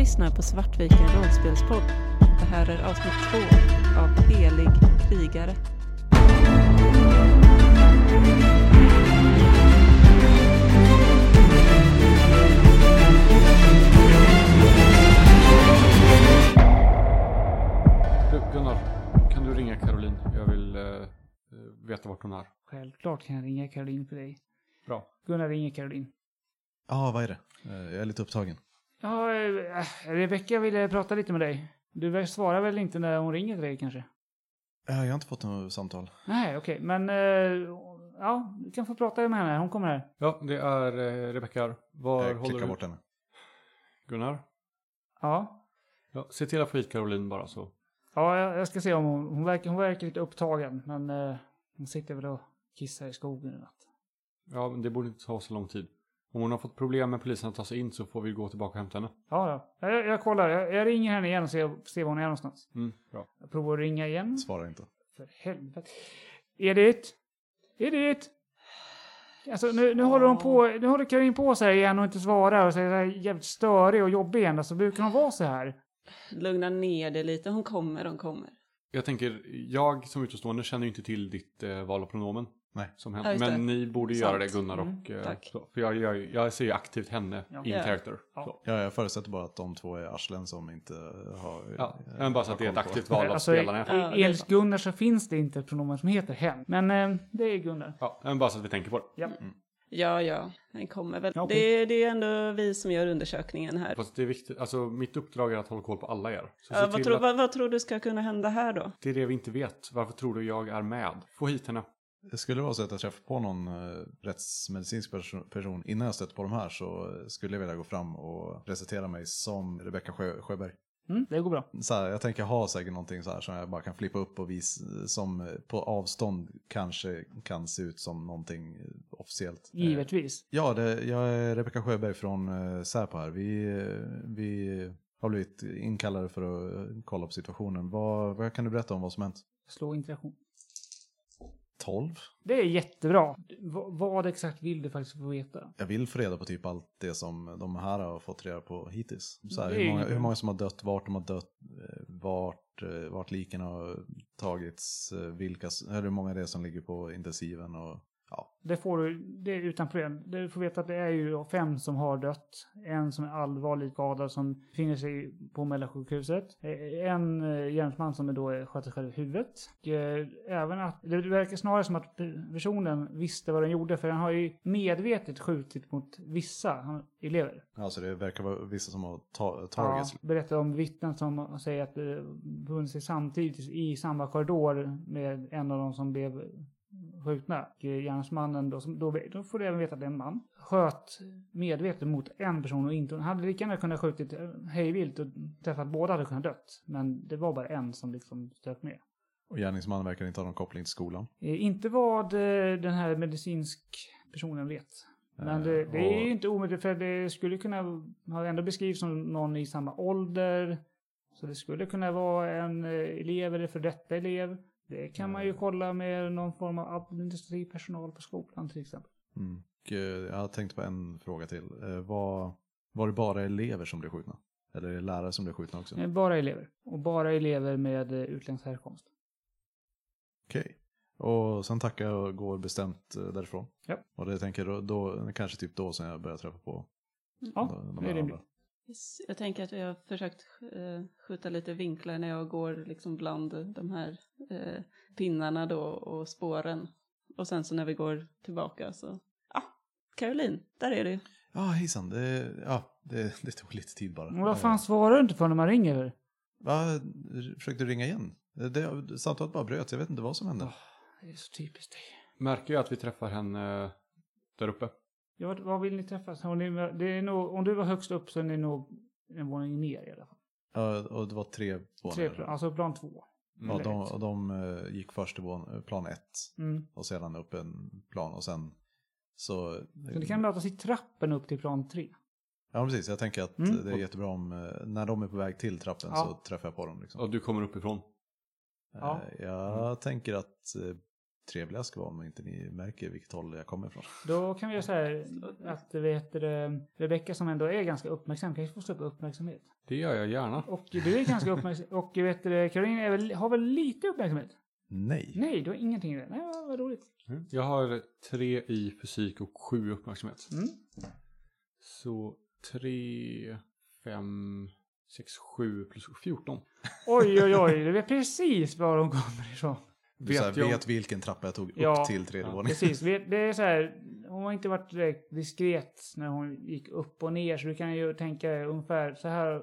lyssnar på Svartviken rollspelspodd. Det här är avsnitt 2 av Helig krigare. Gunnar, kan du ringa Caroline? Jag vill veta vart hon är. Självklart kan jag ringa Caroline för dig. Bra. Gunnar ringer Caroline. Ja, vad är det? Jag är lite upptagen. Ja, Rebecka ville prata lite med dig. Du svarar väl inte när hon ringer till dig kanske? Jag har inte fått något samtal. Nej, okej. Men ja, du kan få prata med henne. Hon kommer här. Ja, det är Rebecka. Var Jag håller klickar du? bort henne. Gunnar? Ja. Ja, se till att få hit Caroline bara så. Ja, jag ska se om hon verkar lite upptagen. Men hon sitter väl och kissar i skogen eller något. Ja, men det borde inte ta så lång tid. Om hon har fått problem med polisen att ta sig in så får vi gå tillbaka och hämta henne. Ja. Jag kollar. Jag ringer henne igen och ser var hon är någonstans. Bra. Jag provar att ringa igen. Svarar inte. För helvete. Edith! Alltså nu håller hon på, nu håller Karin på sig igen och inte svarar och säger jävligt störig och jobbig igen. Alltså brukar hon vara så här? Lugna ner dig lite, hon kommer. Jag tänker, jag som utstående känner ju inte till ditt val av pronomen. Nej. Som Ja, hänt. just det. Men ni borde Sant. göra det, Gunnar och tack. så. För jag ser ju aktivt henne Ja. in Ja. character. Ja. Så. Ja, jag förutsätter bara att de två är arslen som inte har... Ja, men bara så att det är ett har koll på. aktivt val av Alltså, spelarna. Ja, det är enligt sant. Gunnar så finns det inte ett pronomen som heter hen. Men det är Gunnar. Ja, men bara så att vi tänker på det. Ja. Ja, den kommer väl. Ja, okej. Det är ändå vi som gör undersökningen här. Fast det är viktigt, alltså mitt uppdrag är att hålla koll på alla er. Så Ja, se vad, till tror, att vad tror du ska kunna hända här då? det är det vi inte vet. Varför tror du jag är med? Få hit henne. Det skulle vara så att jag träffar på någon rättsmedicinsk person innan jag stött på de här, så skulle jag vilja gå fram och presentera mig som Rebecka Sjöberg. Det går bra. Så här, jag tänker ha säkert någonting så här som jag bara kan flippa upp och visa, som på avstånd kanske kan se ut som någonting officiellt. Givetvis. Ja, jag är Rebecka Sjöberg från Säpo här. Vi har blivit inkallade för att kolla på situationen. Vad kan du berätta om vad som hänt? Slå interaktion. 12? Det är jättebra. Vad exakt vill du faktiskt få veta? Jag vill få reda på typ allt det som de här har fått reda på hittills. Så här, Det är hur många som har dött, vart de har dött, vart liken har tagits, hur många det är som ligger på intensiven och ja. Det får du, det är utan problem. Du får veta att det är ju 5 som har dött. En som är allvarligt skadad som befinner sig på mellansjukhuset. En gärningsman som då sköter själv huvudet. Och även att det verkar snarare som att personen visste vad den gjorde. För den har ju medvetet skjutit mot vissa elever. Alltså det verkar vara vissa som har Ja, tagits. berättar om vittnen som säger att det befann sig samtidigt i samma korridor med en av dem som blev skjutna. Och gärningsmannen då får du även veta att det är en man. Sköt medvetet mot en person och inte. Han hade lika gärna kunnat skjutit hejvilt och träffat båda hade kunnat dött. Men det var bara en som liksom stök med. Och gärningsmannen verkar inte ha någon koppling till skolan. Inte vad den här medicinsk personen vet. Men det är ju inte omöjligt, för det skulle kunna ha ändå beskrivits som någon i samma ålder. Så det skulle kunna vara en elev eller för detta elev. Det kan man ju kolla med någon form av administrativ personal på skolan till exempel. Och jag har tänkt på en fråga till. Var det bara elever som blev skjutna? Eller är det lärare som blev skjutna också? Bara elever. Och bara elever med utländsk härkomst. Okej. Och sen tackar jag och går bestämt därifrån. Ja. Och det tänker jag då kanske typ då som jag börjar träffa på Ja, de det är här rimligt. andra. Jag tänker att jag har försökt skjuta lite vinklar när jag går liksom bland de här pinnarna då och spåren. Och sen så när vi går tillbaka så... Caroline, där är du. Ja, hejsan. Det tog lite tid bara. Men vad fan svarar du inte för när man ringer? Försökte du ringa igen? Samtalet bara bröt. Jag vet inte vad som hände. Det är så typiskt dig. Märker jag att vi träffar henne där uppe? Ja, vad vill ni träffas? Det är nog, om du var högst upp så är ni nog en våning ner i alla fall. Ja, och det var 3 våningar. Alltså plan 2. Ja, de gick först till plan 1. Mm. Och sedan upp en plan. Och sen så... Så det kan mötas i trappen upp till plan 3. Ja, precis. Jag tänker att det är jättebra om... När de är på väg till trappen så träffar jag på dem. Liksom. Och du kommer uppifrån? Ja. Jag tänker att trevliga jag ska vara om inte ni märker vilket håll jag kommer ifrån. Då kan vi göra så här att Rebecka som ändå är ganska uppmärksam kan ju få stå upp uppmärksamhet. Det gör jag gärna. Och du är ganska uppmärksam. Och Caroline har väl lite uppmärksamhet? Nej. Nej, du har ingenting i det. Nej, vad roligt. Jag har 3 i fysik och 7 uppmärksamhet. Mm. Så 3, 5, 6, 7 plus 14. Oj, du vet precis var de kommer ifrån. Du vet vilken trappa jag tog upp till tredje våningen. Precis. Det är så här, hon har inte varit direkt diskret när hon gick upp och ner. Så du kan ju tänka ungefär så här.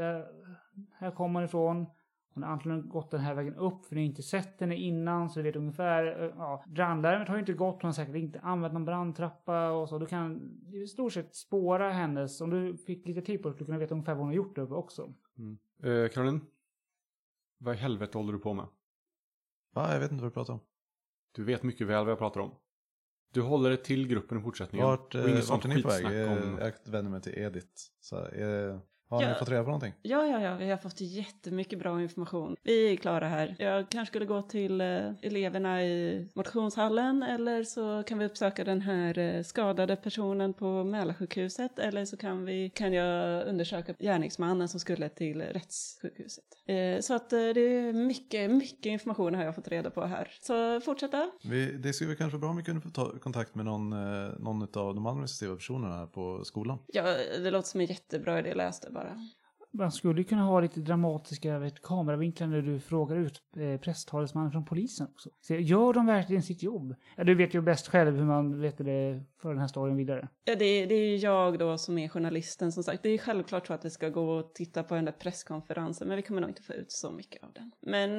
Här kommer hon ifrån. Hon har antagligen gått den här vägen upp för ni har inte sett henne innan. Så du vet ungefär. Ja, brandlarmet har ju inte gått. Hon har säkert inte använt någon brandtrappa och så. Du kan i stort sett spåra hennes. Om du fick lite tid på det skulle du kunna veta ungefär vad hon har gjort uppe också. Caroline? Vad i helvete håller du på med? Va? Jag vet inte vad du pratar om. Du vet mycket väl vad jag pratar om. Du håller det till gruppen i fortsättningen. Vart är ni på väg? Jag vänder mig till Edith. Så, har ni fått reda på någonting? Ja, vi har fått jättemycket bra information. Vi är klara här. Jag kanske skulle gå till eleverna i motionshallen eller så kan vi uppsöka den här skadade personen på Mälarsjukhuset eller så kan jag undersöka gärningsmannen som skulle till rättssjukhuset. Så att det är mycket information har jag fått reda på här. Så fortsätta. Det skulle kanske vara bra om vi kunde få ta kontakt med någon av de administrativa personerna här på skolan. Ja, det låter som en jättebra idé, läste bara. Man skulle kunna ha lite dramatiska kameravinklar när du frågar ut presstalesmannen från polisen också. Så gör de verkligen sitt jobb? Ja, du vet ju bäst själv hur man vet det för den här storyn vidare. Ja, det är jag då som är journalisten som sagt. Det är självklart så att vi ska gå och titta på den där presskonferensen men vi kommer nog inte få ut så mycket av den. Men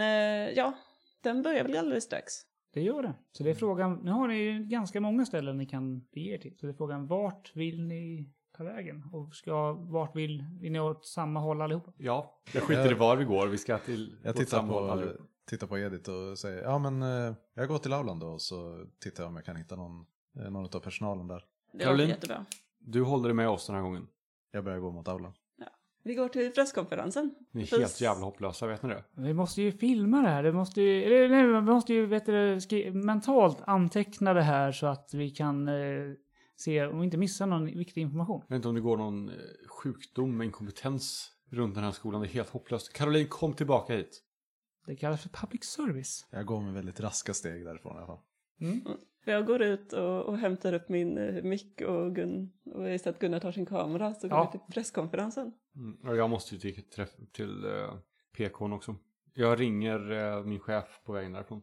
den börjar väl alldeles strax. Det gör det. Så det är frågan, nu har ni ju ganska många ställen ni kan bege er till. Så det är frågan, vart vill ni ta vägen? Och vart vill ni åt samma håll allihopa? Ja, jag skiter i var vi går. Vi ska till jag tittar på Edith och säger, jag går till aulan då och så tittar jag om jag kan hitta någon av personalen där. Det var jättebra. Du håller dig med oss den här gången. Jag börjar gå mot aulan. Ja. Vi går till presskonferensen. Ni är helt jävla hopplösa, vet ni det? Vi måste ju filma det här. Vi måste ju mentalt anteckna det här så att vi kan se om vi inte missar någon viktig information. Jag vet inte om det går någon sjukdom med inkompetens runt den här skolan. Det är helt hopplöst. Caroline, kom tillbaka hit. Det kallas för public service. Jag går med väldigt raska steg därifrån i alla fall. Jag går ut och hämtar upp min mick och istället Gunnar tar sin kamera så går vi till presskonferensen. Och jag måste ju till PK:n också. Jag ringer min chef på vägen därifrån.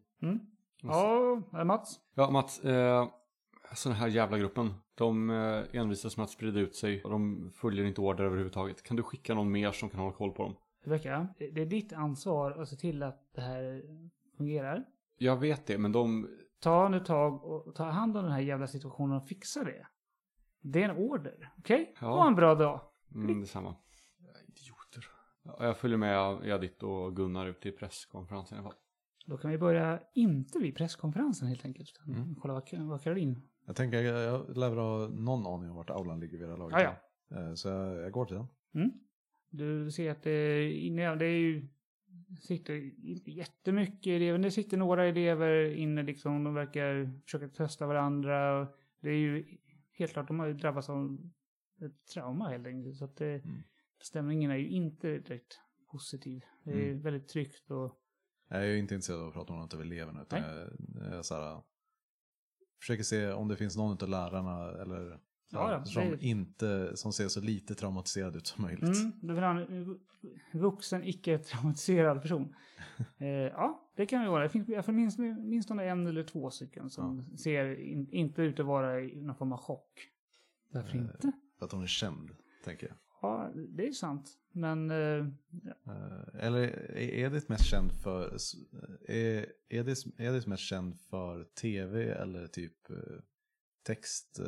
Ja, Mats? Ja, Mats. Den här jävla gruppen. De envisas med att sprida ut sig. Och de följer inte order överhuvudtaget. Kan du skicka någon mer som kan hålla koll på dem? Rebecka, det är ditt ansvar att se till att det här fungerar. Jag vet det, men Ta nu tag och ta hand om den här jävla situationen och fixa det. Det är en order, okej? Okay? Ha en bra dag. Detsamma. Idioter. Jag följer med Edith och Gunnar ut till presskonferensen i alla fall. Då kan vi börja inte vid presskonferensen helt enkelt. Kolla vad Caroline. Jag tänker jag lär ha någon aning om vart aulan ligger vid det här laget. Så jag går till den. Du ser att det är ju sitter inte jättemycket elever. Det sitter några elever inne liksom. De verkar försöka testa varandra. Det är ju helt klart, de har ju drabbats av ett trauma helt enkelt. Så att stämningen är ju inte direkt positiv. Det är väldigt tryggt och... Jag är ju inte intresserad av att prata om något av eleverna. Utan jag försöker se om det finns någon av lärarna eller som ser så lite traumatiserad ut som möjligt. Du vill ha en vuxen, icke-traumatiserad person. Det kan vi vara. Det finns minst en eller två stycken som ser inte ut att vara i någon form av chock. Varför inte? För att hon är känd, tänker jag. Ja, det är sant. Men... Eller är Edith mest känd för... Edith mest känd för tv eller typ text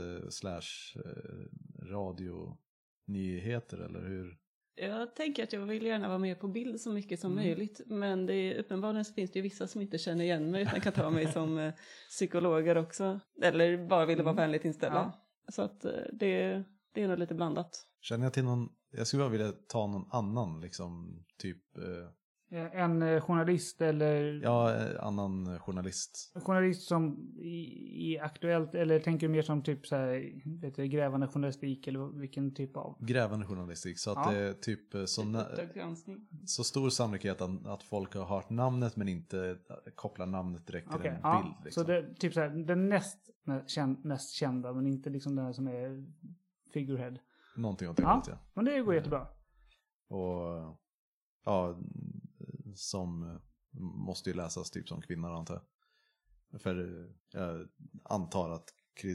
/ radionyheter eller hur? Jag tänker att jag vill gärna vara med på bild så mycket som möjligt. Men uppenbarligen så finns det ju vissa som inte känner igen mig utan kan ta mig som psykologer också. Eller bara vill vara vänligt inställda. Ja. Så att det är nog lite blandat. Känner jag till någon... Jag skulle bara vilja ta någon annan liksom typ... En journalist eller... Ja, annan journalist. En journalist som i Aktuellt, eller tänker du mer som typ så här, vet du, grävande journalistik eller vilken typ av? Grävande journalistik, så att det är typ så stor sannolikhet att folk har hört namnet men inte kopplar namnet direkt till en bild. Liksom. Så det är typ så här, den mest kända men inte liksom den som är figurehead. Någonting åt det hållet, ja. Men det går jättebra. Och ja, som måste ju läsas typ som kvinna, antar jag. För jag antar att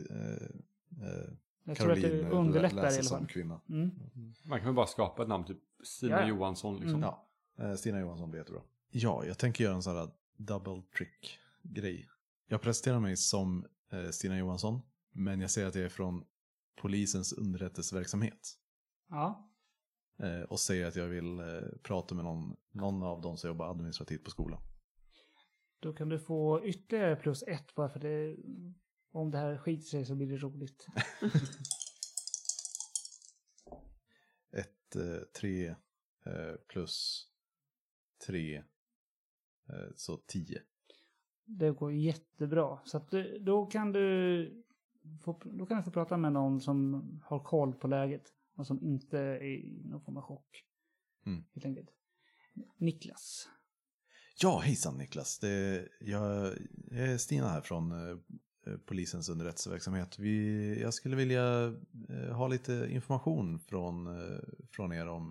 Caroline läser som kvinna. Man kan väl bara skapa ett namn, typ Stina Johansson liksom. Ja, Stina Johansson blir jättebra. Ja, jag tänker göra en sån här double trick grej. Jag presenterar mig som Stina Johansson, men jag säger att jag är från polisens underrättelseverksamhet. Ja. Och säger att jag vill prata med någon av dem som jobbar administrativt på skolan. Då kan du få ytterligare +1 bara för det. Om det här skiter sig så blir det roligt. 3 plus 3 så 10. Det går jättebra. Så att då kan du få prata med någon som har koll på läget. Och som inte är i någon form av chock. Helt enkelt. Niklas. Ja, hejsan Niklas. Jag är Stina här från polisens underrättelseverksamhet. Jag skulle vilja ha lite information från er om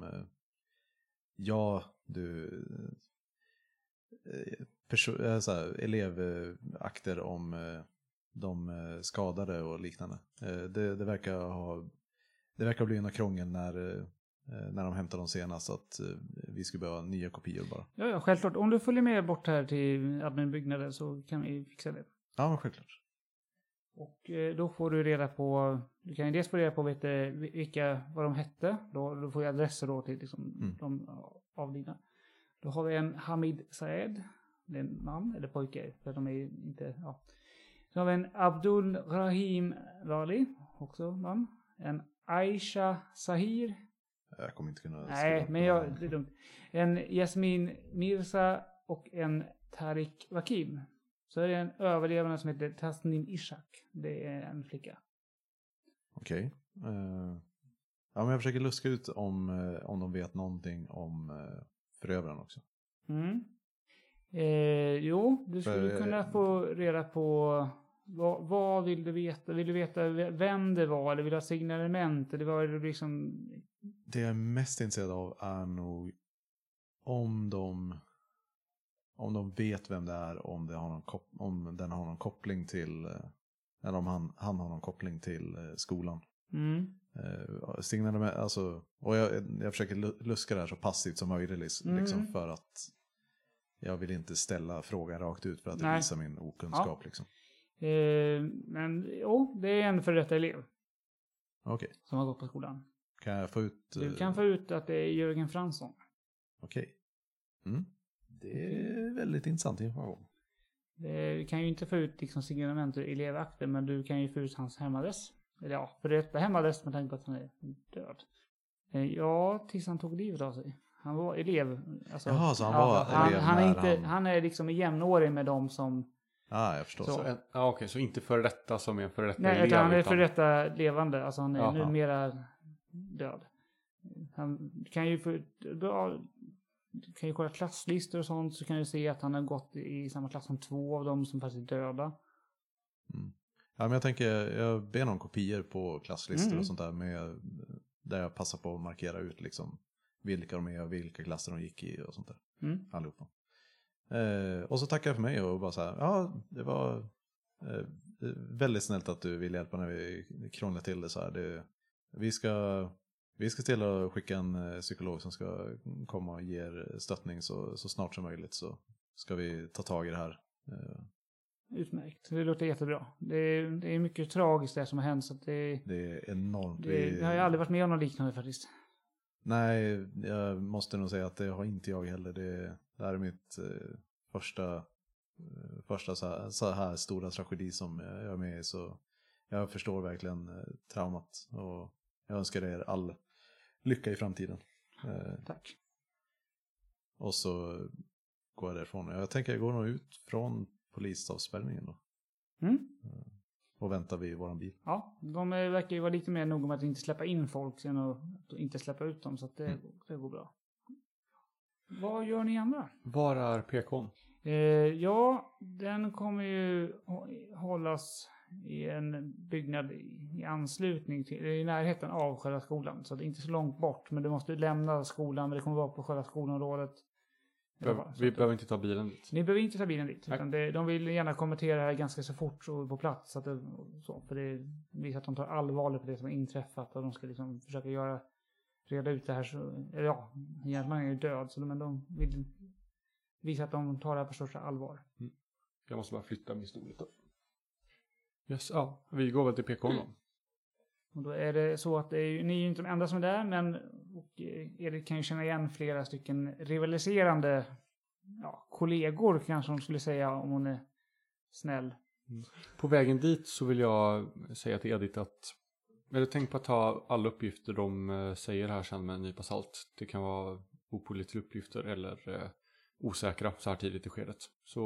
elevakter om de skadade och liknande. Det verkar bli en krångel när de hämtar dem senast, att vi skulle behöva nya kopior bara. Ja, självklart. Om du följer med bort här till adminbyggnaden så kan vi fixa det. Ja, men självklart. Och då får du reda på, du kan ju dels få reda på vad de hette. Då får jag adresser då till liksom, de avlidna. Då har vi en Hamid Saed, det är en man eller pojke, för de är inte, ja. Så har vi en Abdul Rahim Wali, också man. En Aisha Sahir. Jag kommer inte kunna... Nej, men det är dumt. En Yasmin Mirza och en Tariq Wakim. Så är det en överlevande som heter Tasnim Ishak. Det är en flicka. Okej. Ja, men jag försöker luska ut om de vet någonting om förövaren också. Jo, du skulle kunna få reda på... Vad vill du veta? Vill du veta vem det var? Eller vill du ha signalement? Eller vad är det liksom... Det jag är mest intresserad av är nog om de vet vem det är, om den har någon koppling till, eller om han har någon koppling till skolan. Signalement, alltså, och jag försöker luska det här så passivt som möjligt liksom, för att jag vill inte ställa frågan rakt ut för att visa min okunskap. Liksom. Men det är en före detta elev. Okej. Som har gått på skolan. Kan jag få ut... Du kan få ut att det är Jörgen Fransson. Okej. Det är väldigt intressant information. Du kan ju inte få ut liksom signalement ur elevakten, men du kan ju få ut hans hemadress. Eller ja, för detta hemadress med tanke på att han är död. Ja, tills han tog livet av sig. Han var elev. Alltså, jaha, så han var elev han är liksom jämnårig med dem som... Ja, jag förstår. Okej, så inte för detta som är en för detta elev. Nej, utan han är för detta levande. Alltså han är numera död. Han kan ju du kan ju kolla klasslistor och sånt, så kan du se att han har gått i samma klass som 2 av dem som faktiskt är döda. Ja, men jag tänker, jag ber någon kopior på klasslistor och sånt där, där jag passar på att markera ut liksom vilka de är och vilka klasser de gick i och sånt där. Allihopa. Och så tackar jag för mig och bara så här, ja, det var väldigt snällt att du vill hjälpa när vi krånglar till det så här. Vi ska till att skicka en psykolog som ska komma och ge er stöttning så snart som möjligt, så ska vi ta tag i det här. Utmärkt, det låter jättebra. Det är mycket tragiskt det som har hänt, så att det är enormt. Jag har ju aldrig varit med om något liknande faktiskt. Nej, jag måste nog säga att det har inte jag heller. Det här är mitt första så här stora tragedi som jag är med i, så jag förstår verkligen traumat, och jag önskar er all lycka i framtiden. Tack. Och så går jag därifrån. Jag tänker jag går nog ut från polisavspärrningen då. Och väntar vid våran bil. Ja, de verkar ju vara lite mer noga med att inte släppa in folk än att inte släppa ut dem. Så att det går bra. Vad gör ni andra? Var är PK:n? Ja, den kommer ju hållas i en byggnad i anslutning till, i närheten av själva skolan. Så det är inte så långt bort, men du måste lämna skolan, men det kommer vara på själva skolområdet. Vi behöver inte ta bilen dit. Ni behöver inte ta bilen dit, utan de vill gärna kommentera det här ganska så fort och på plats. Så att för det visar att de tar allvarligt på det som har inträffat och de ska liksom försöka reda ut det här. Gärningsmannen är ju död, så de vill visa att de tar det här på största allvar. Jag måste bara flytta min stol lite. Yes, ja, vi går väl till PK då. Och då är det så att ni är ju inte de enda som är där, men Erik kan ju känna igen flera stycken rivaliserande kollegor kanske hon skulle säga om hon är snäll. På vägen dit så vill jag säga till Edith att tänk på att ta alla uppgifter de säger här sen med en nypa salt. Det kan vara opålitliga uppgifter eller osäkra så här tidigt i skedet.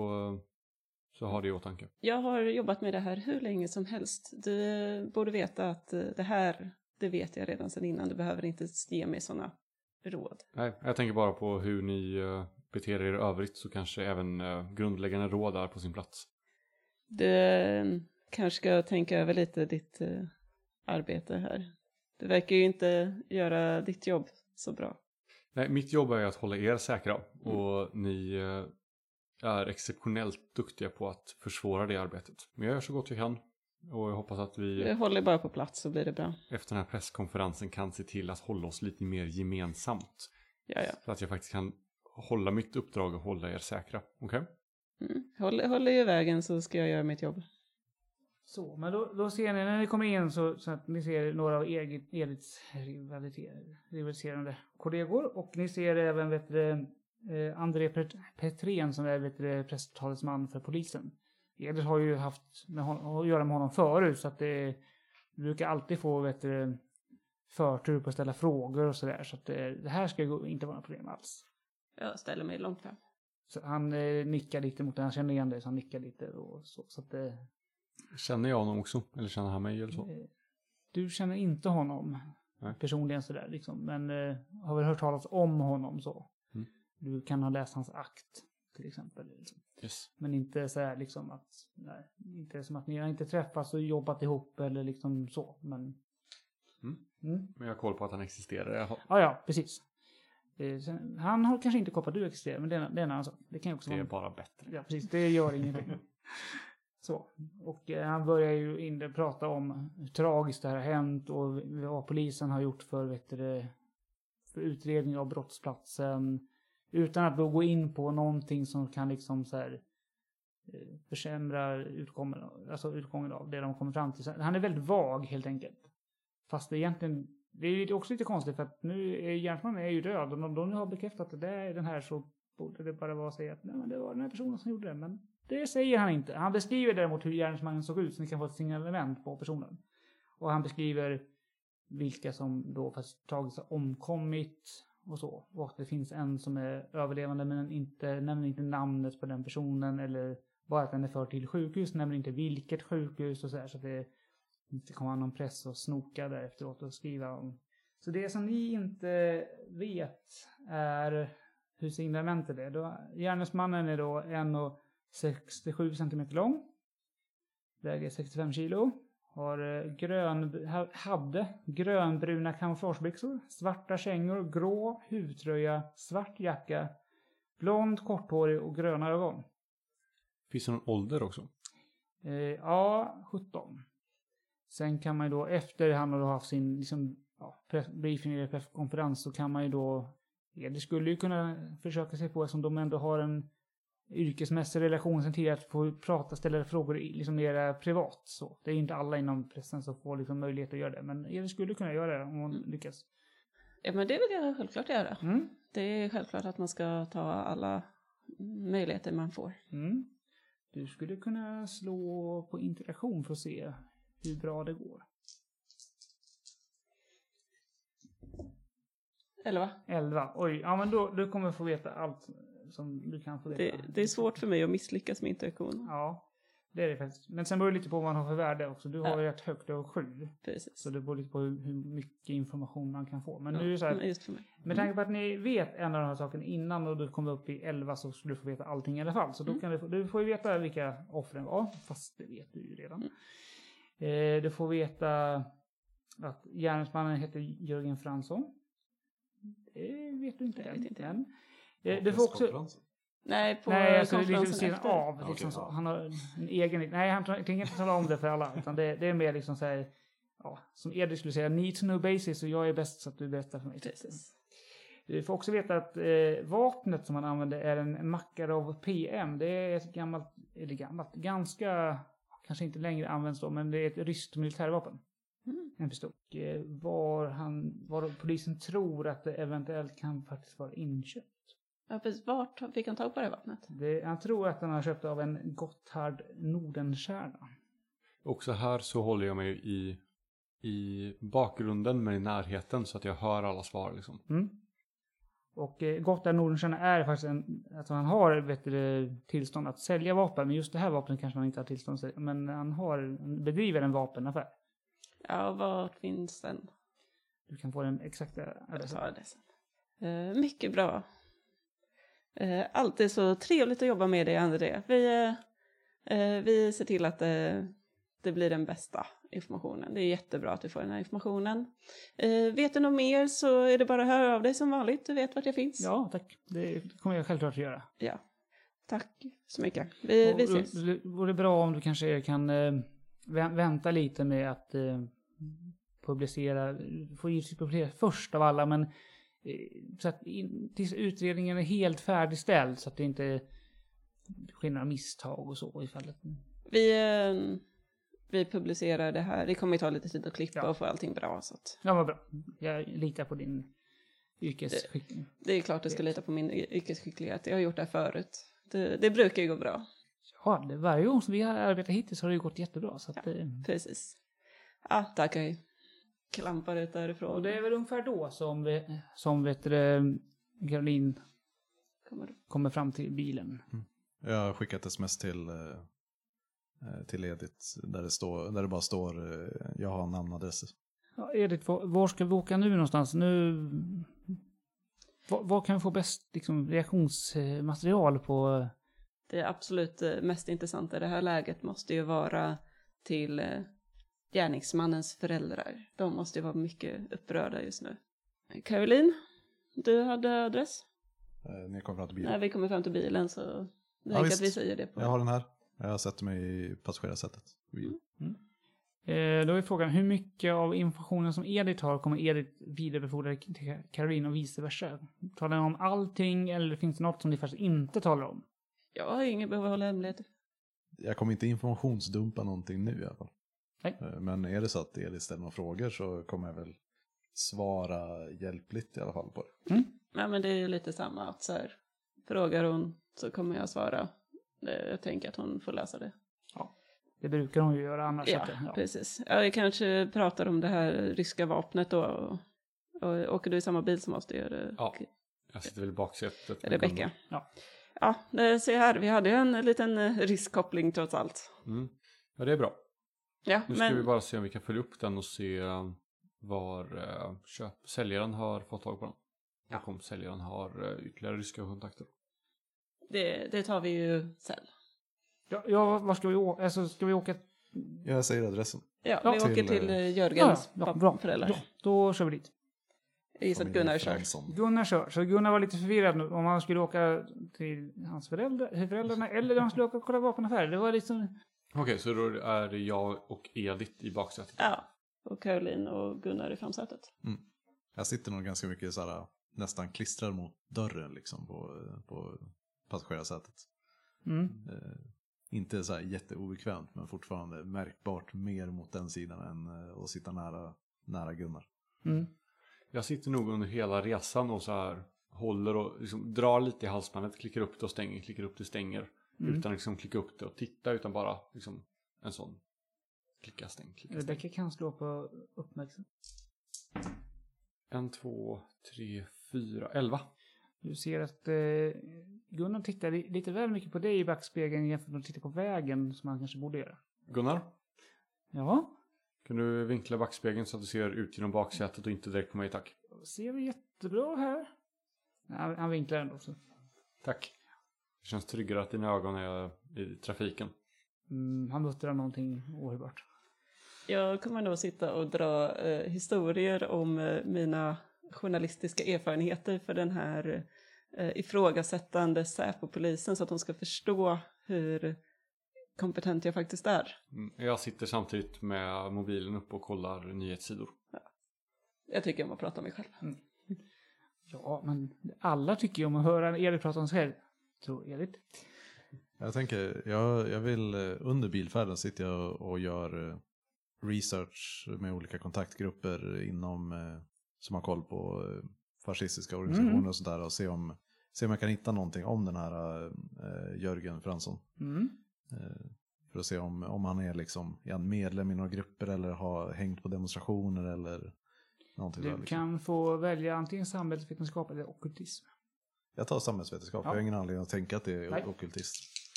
Så har det i åtanke. Jag har jobbat med det här hur länge som helst. Du borde veta att det här, det vet jag redan sedan innan. Du behöver inte ge mig sådana råd. Nej, jag tänker bara på hur ni beter er i övrigt, så kanske även grundläggande råd är på sin plats. Du kanske ska tänka över lite ditt arbete här. Du verkar ju inte göra ditt jobb så bra. Nej, mitt jobb är att hålla er säkra och ni är exceptionellt duktiga på att försvåra det arbetet. Men jag gör så gott jag kan och jag hoppas att vi håller bara på plats så blir det bra. Efter den här presskonferensen kan se till att hålla oss lite mer gemensamt. Ja. Så att jag faktiskt kan hålla mitt uppdrag och hålla er säkra. Okej? Håller i vägen så ska jag göra mitt jobb. Så, men då ser ni när ni kommer in så att ni ser några av Ediths rivaliserande kollegor. Och ni ser även André Petrén som är presstalesman för polisen. Edith har ju haft att göra med honom förut, så att det brukar alltid få förtur på att ställa frågor och sådär. Så att det här ska ju inte vara något problem alls. Jag ställer mig långt fram. Så han nickar lite mot det, han känner igen det, så han nickar lite och så att det... Känner jag honom också? Eller känner han mig eller så? Du känner inte honom personligen sådär liksom, men har väl hört talas om honom så. Du kan ha läst hans akt till exempel. Liksom. Yes. Men inte så här liksom att, inte som att ni har inte träffats och jobbat ihop eller liksom så. Men men jag har koll på att han existerar. Ja, precis. Han har kanske inte koll på att du existerar, men det är en annan sak. Det kan ju också vara bara bättre. Ja, precis. Det gör ingenting. Så. Och han börjar ju prata om hur tragiskt det här har hänt och vad polisen har gjort för utredning av brottsplatsen. Utan att då gå in på någonting som kan liksom så här försämra utgången av det de kommer fram till. Han är väldigt vag helt enkelt. Fast egentligen, det är ju också lite konstigt för att nu är gärningsmannen ju död. Och om de nu har bekräftat att det är den här så borde det bara vara att säga att nej, men det var den här personen som gjorde det. Men det säger han inte. Han beskriver däremot hur gärningsmannen såg ut så ni kan få ett signalement på personen. Och han beskriver vilka som då fast tagits har omkommit och så. Och det finns en som är överlevande men nämner inte namnet på den personen eller bara att den är förd till sjukhus, nämner inte vilket sjukhus och så här, så att det inte kommer någon press och snoka där efteråt och skriva om. Så det som ni inte vet är hur signalementet är. Gärningsmannen är då 1,67 cm lång, väger 65 kilo. Hade grönbruna kamouflagebyxor, svarta kängor, grå huvtröja, svart jacka, blond, korthårig och gröna ögon. Finns det någon ålder också? Ja, 17. Sen kan man ju då, efter han har haft sin briefing eller presskonferens, så kan man ju då, det skulle ju kunna försöka sig på, som de ändå har en yrkesmässig relation sen tidigare, att få ställa frågor liksom mer privat. Så. Det är inte alla inom pressen som får liksom möjlighet att göra det. Men jag skulle kunna göra det om hon lyckas. Ja, men det vill jag självklart göra. Det är självklart att man ska ta alla möjligheter man får. Du skulle kunna slå på interaktion för att se hur bra det går. 11. Oj, ja men då du kommer få veta allt som du kan få veta. Det är svårt för mig att misslyckas med intuition. Ja, det är det faktiskt. Men sen beror det lite på vad man har för värde också. Du har ju rätt högt, du har 7. Precis. Så det beror lite på hur mycket information man kan få. Men nu är det så här, just för mig. med tanke på att ni vet en av de här sakerna innan och du kommer upp i 11 så skulle du få veta allting i alla fall. Så då kan du får ju veta vilka offren var, fast det vet du ju redan. Du får veta att gärningsmannen heter Jörgen Fransson. Det vet du inte än. Du får också... Nej, alltså konferensen liksom av. Liksom så. Han har en egen... Nej, han tänker inte tala om det för alla. Utan det är mer liksom så här... Ja, som Edith skulle säga, need to know basis och jag är bäst så att du berättar för mig. Precis. Du får också veta att vapnet som han använder är en Makarov PM. Det är ett gammalt, ganska, kanske inte längre används då, men det är ett ryskt militärvapen. En pistol. Var polisen tror att det eventuellt kan faktiskt vara inköpt. Ja, precis. Vart fick han tag på det vapnet? Han tror att han har köpt av en Gotthard Nordenstierna. Också här så håller jag mig i bakgrunden men i närheten så att jag hör alla svar liksom. Och Gotthard Nordenstierna är faktiskt alltså han har tillstånd att sälja vapen. Men just det här vapnet kanske han inte har tillstånd att sälja. Men han bedriver en vapenaffär. Ja, vart finns den? Du kan få den exakta adressen. Mycket bra. Alltid så trevligt att jobba med dig, André. Vi ser till att det blir den bästa informationen. Det är jättebra att du får den här informationen. Vet du något mer så är det bara att höra av dig som vanligt. Du vet vart jag finns. Ja, tack. Det kommer jag självklart att göra. Ja, tack så mycket. Vi ses. Det vore bra om du kanske kan vänta lite med att publicera. Du får givetvis publicera först av alla, men så att tills utredningen är helt färdigställd så att det inte sker några misstag och så i fallet. Vi publicerar det här. Det kommer ta lite tid att klippa och få allting bra. Så att... Ja, vad bra. Jag litar på din yrkesskicklighet. Det är klart du ska lita på min yrkesskicklighet. Jag har gjort det här förut. Det brukar ju gå bra. Ja, varje gång som vi har arbetat hittills har det ju gått jättebra. Så att, precis. Ja, tackar. Klampar ut därifrån. Och det är väl ungefär då som Caroline kommer fram till bilen. Jag har skickat sms till Edith där det bara står jag har en namnadress. Ja, Edith, var ska vi åka nu någonstans? Var kan vi få bäst liksom, reaktionsmaterial på? Det absolut mest intressanta i det här läget måste ju vara till gärningsmannens föräldrar. De måste ju vara mycket upprörda just nu. Caroline, du hade adress? Ni kommer fram till bilen. Nej, vi kommer fram till bilen så det är att vi säger det på. Jag har den här. Jag sätter mig i passagerarsätet. Då är frågan, hur mycket av informationen som Edith har kommer Edith vidarebefordra till Caroline och vice versa? Talar ni om allting eller finns det något som ni faktiskt inte talar om? Jag har inget behov av att hålla hemligheter. Jag kommer inte informationsdumpa någonting nu i alla fall. Nej. Men är det så att Edith ställer några frågor så kommer jag väl svara hjälpligt i alla fall på det. Ja, men det är lite samma att så här, frågar hon så kommer jag svara. Jag tänker att hon får läsa det. Ja, det brukar hon ju göra annars. Ja, precis. Ja, vi kanske pratar om det här ryska vapnet då. Och åker du i samma bil som oss? Ja, jag sitter väl i baksätet. Rebecka. Ja, se här. Vi hade ju en liten rysk koppling trots allt. Ja, det är bra. Ja, nu ska vi bara se om vi kan följa upp den och se var säljaren har fått tag på den. Ja. Och om säljaren har ytterligare ryska kontakter. Det tar vi ju sen. Ja, var ska vi åka? Alltså, ska vi åka? Jag säger adressen. Ja, vi åker till Jörgens föräldrar. Ja, då kör vi dit. Jag gissar att Gunnar kör. Gunnar kör. Så Gunnar var lite förvirrad nu om han skulle åka till hans föräldrarna eller om han skulle åka och kolla vapenaffärer. Det var liksom... Okej, så då är det jag och Edith i baksätet. Ja, och Caroline och Gunnar i framsätet. Jag sitter nog ganska mycket så här, nästan klistrad mot dörren liksom på passagerarsätet. Inte så här jätteobekvämt men fortfarande märkbart mer mot den sidan än att sitta nära Gunnar. Jag sitter nog under hela resan och så här håller och liksom drar lite i halsbandet, klickar upp det och stänger, klickar upp det och stänger. Utan liksom klicka upp det och titta utan bara liksom en sån klicka stäng. Rebecka kan slå på uppmärksamhet. 1, 2, 3, 4, 11. Du ser att Gunnar tittar lite väl mycket på dig i backspegeln jämfört med att titta på vägen som han kanske borde göra. Gunnar, Ja, kan du vinkla backspegeln så att du ser ut genom baksätet och inte direkt på mig, tack? ser vi jättebra här. Ja, han vinklar ändå också. Tack. Det känns tryggare att dina ögon är i trafiken. Han muttrar någonting ohörbart. Jag kommer nog sitta och dra historier om mina journalistiska erfarenheter för den här ifrågasättande Säpo-polisen så att de ska förstå hur kompetent jag faktiskt är. Jag sitter samtidigt med mobilen upp och kollar nyhetssidor. Ja. Jag tycker om att prata om mig själv. Ja, men alla tycker ju om att höra Edith prata om sig själv. Så Edith. Jag tänker, jag vill under bilfärden sitter jag och gör research med olika kontaktgrupper inom som har koll på fascistiska organisationer och sådär och se om jag kan hitta någonting om den här Jörgen Fransson. För att se om han är liksom en medlem i några grupper eller har hängt på demonstrationer eller någonting. Du där, liksom. kan få välja antingen samhällsvetenskap eller ockultism. Jag tar samhällsvetenskap, jag har ingen anledning att tänka att det är ockultist.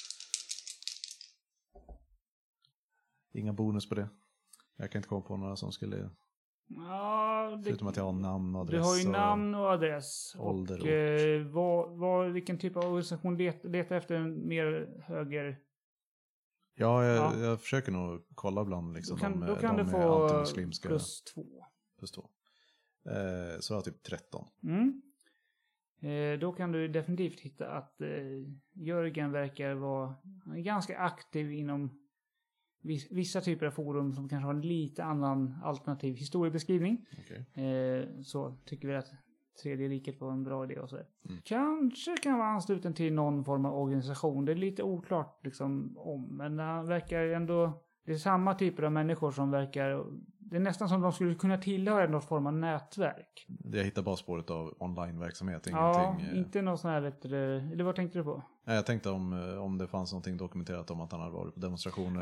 Inga bonus på det. Jag kan inte komma på några som skulle... Ja, förutom att jag har namn och adress. Du har ju namn och adress. Ålder och vilken typ av organisation letar efter en mer höger... Ja, jag försöker nog kolla bland liksom då kan du få antimuslimska. +2. +2. Så jag har typ 13. Då kan du definitivt hitta att Jörgen verkar vara ganska aktiv inom vissa typer av forum som kanske har en lite annan alternativ historiebeskrivning. Okay. Så tycker vi att Tredje riket var en bra idé och så. Kanske kan vara ansluten till någon form av organisation. Det är lite oklart liksom men han verkar ändå... Det är samma typer av människor som verkar... Det är nästan som de skulle kunna tillhöra någon form av nätverk. Jag hittar bara spåret av online-verksamhet. Ja, inte någon sån här... Eller vad tänkte du på? Jag tänkte om det fanns någonting dokumenterat om att han hade varit på demonstrationer.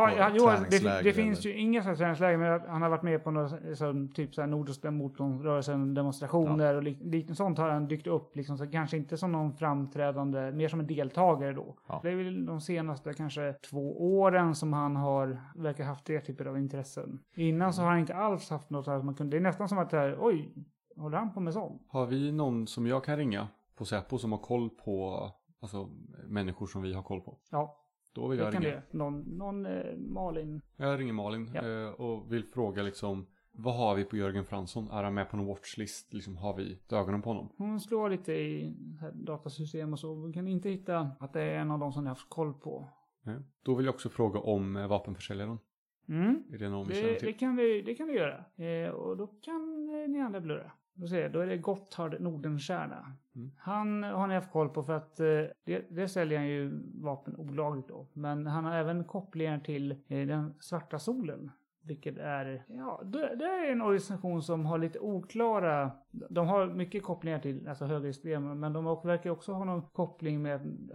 Det finns ju inga sådana träningsläger, men han har varit med på någon typ så här nordiska motståndsrörelsen, demonstrationer och liknande sånt har han dykt upp liksom, så kanske inte som någon framträdande, mer som en deltagare då. Ja. Det är väl de senaste kanske 2 åren som han verkar haft det typer av intressen. Innan så har han inte alls haft något här som man kunde. Det är nästan som att oj, håller han på med sånt? Har vi någon som jag kan ringa på Säpo som har koll på människor som vi har koll på? Ja. Då vill jag ringa. Någon Malin. Jag ringer Malin och vill fråga liksom, vad har vi på Jörgen Fransson? Är han med på någon watchlist? Liksom, har vi ögonen på honom? Hon slår lite i datasystem och så. Vi kan inte hitta att det är en av dem som ni har haft koll på. Nej. Då vill jag också fråga om vapenförsäljaren. Är det någon vi känner till? Det kan vi göra. Och då kan ni andra blurra. Då är det Gotthard Nordenstierna. Han har ni haft koll på för att det säljer han ju vapen olagligt då. Men han har även kopplingar till den svarta solen. Vilket är, det är en organisation som har lite oklara, de har mycket kopplingar till högerextremer, men de verkar också ha någon koppling med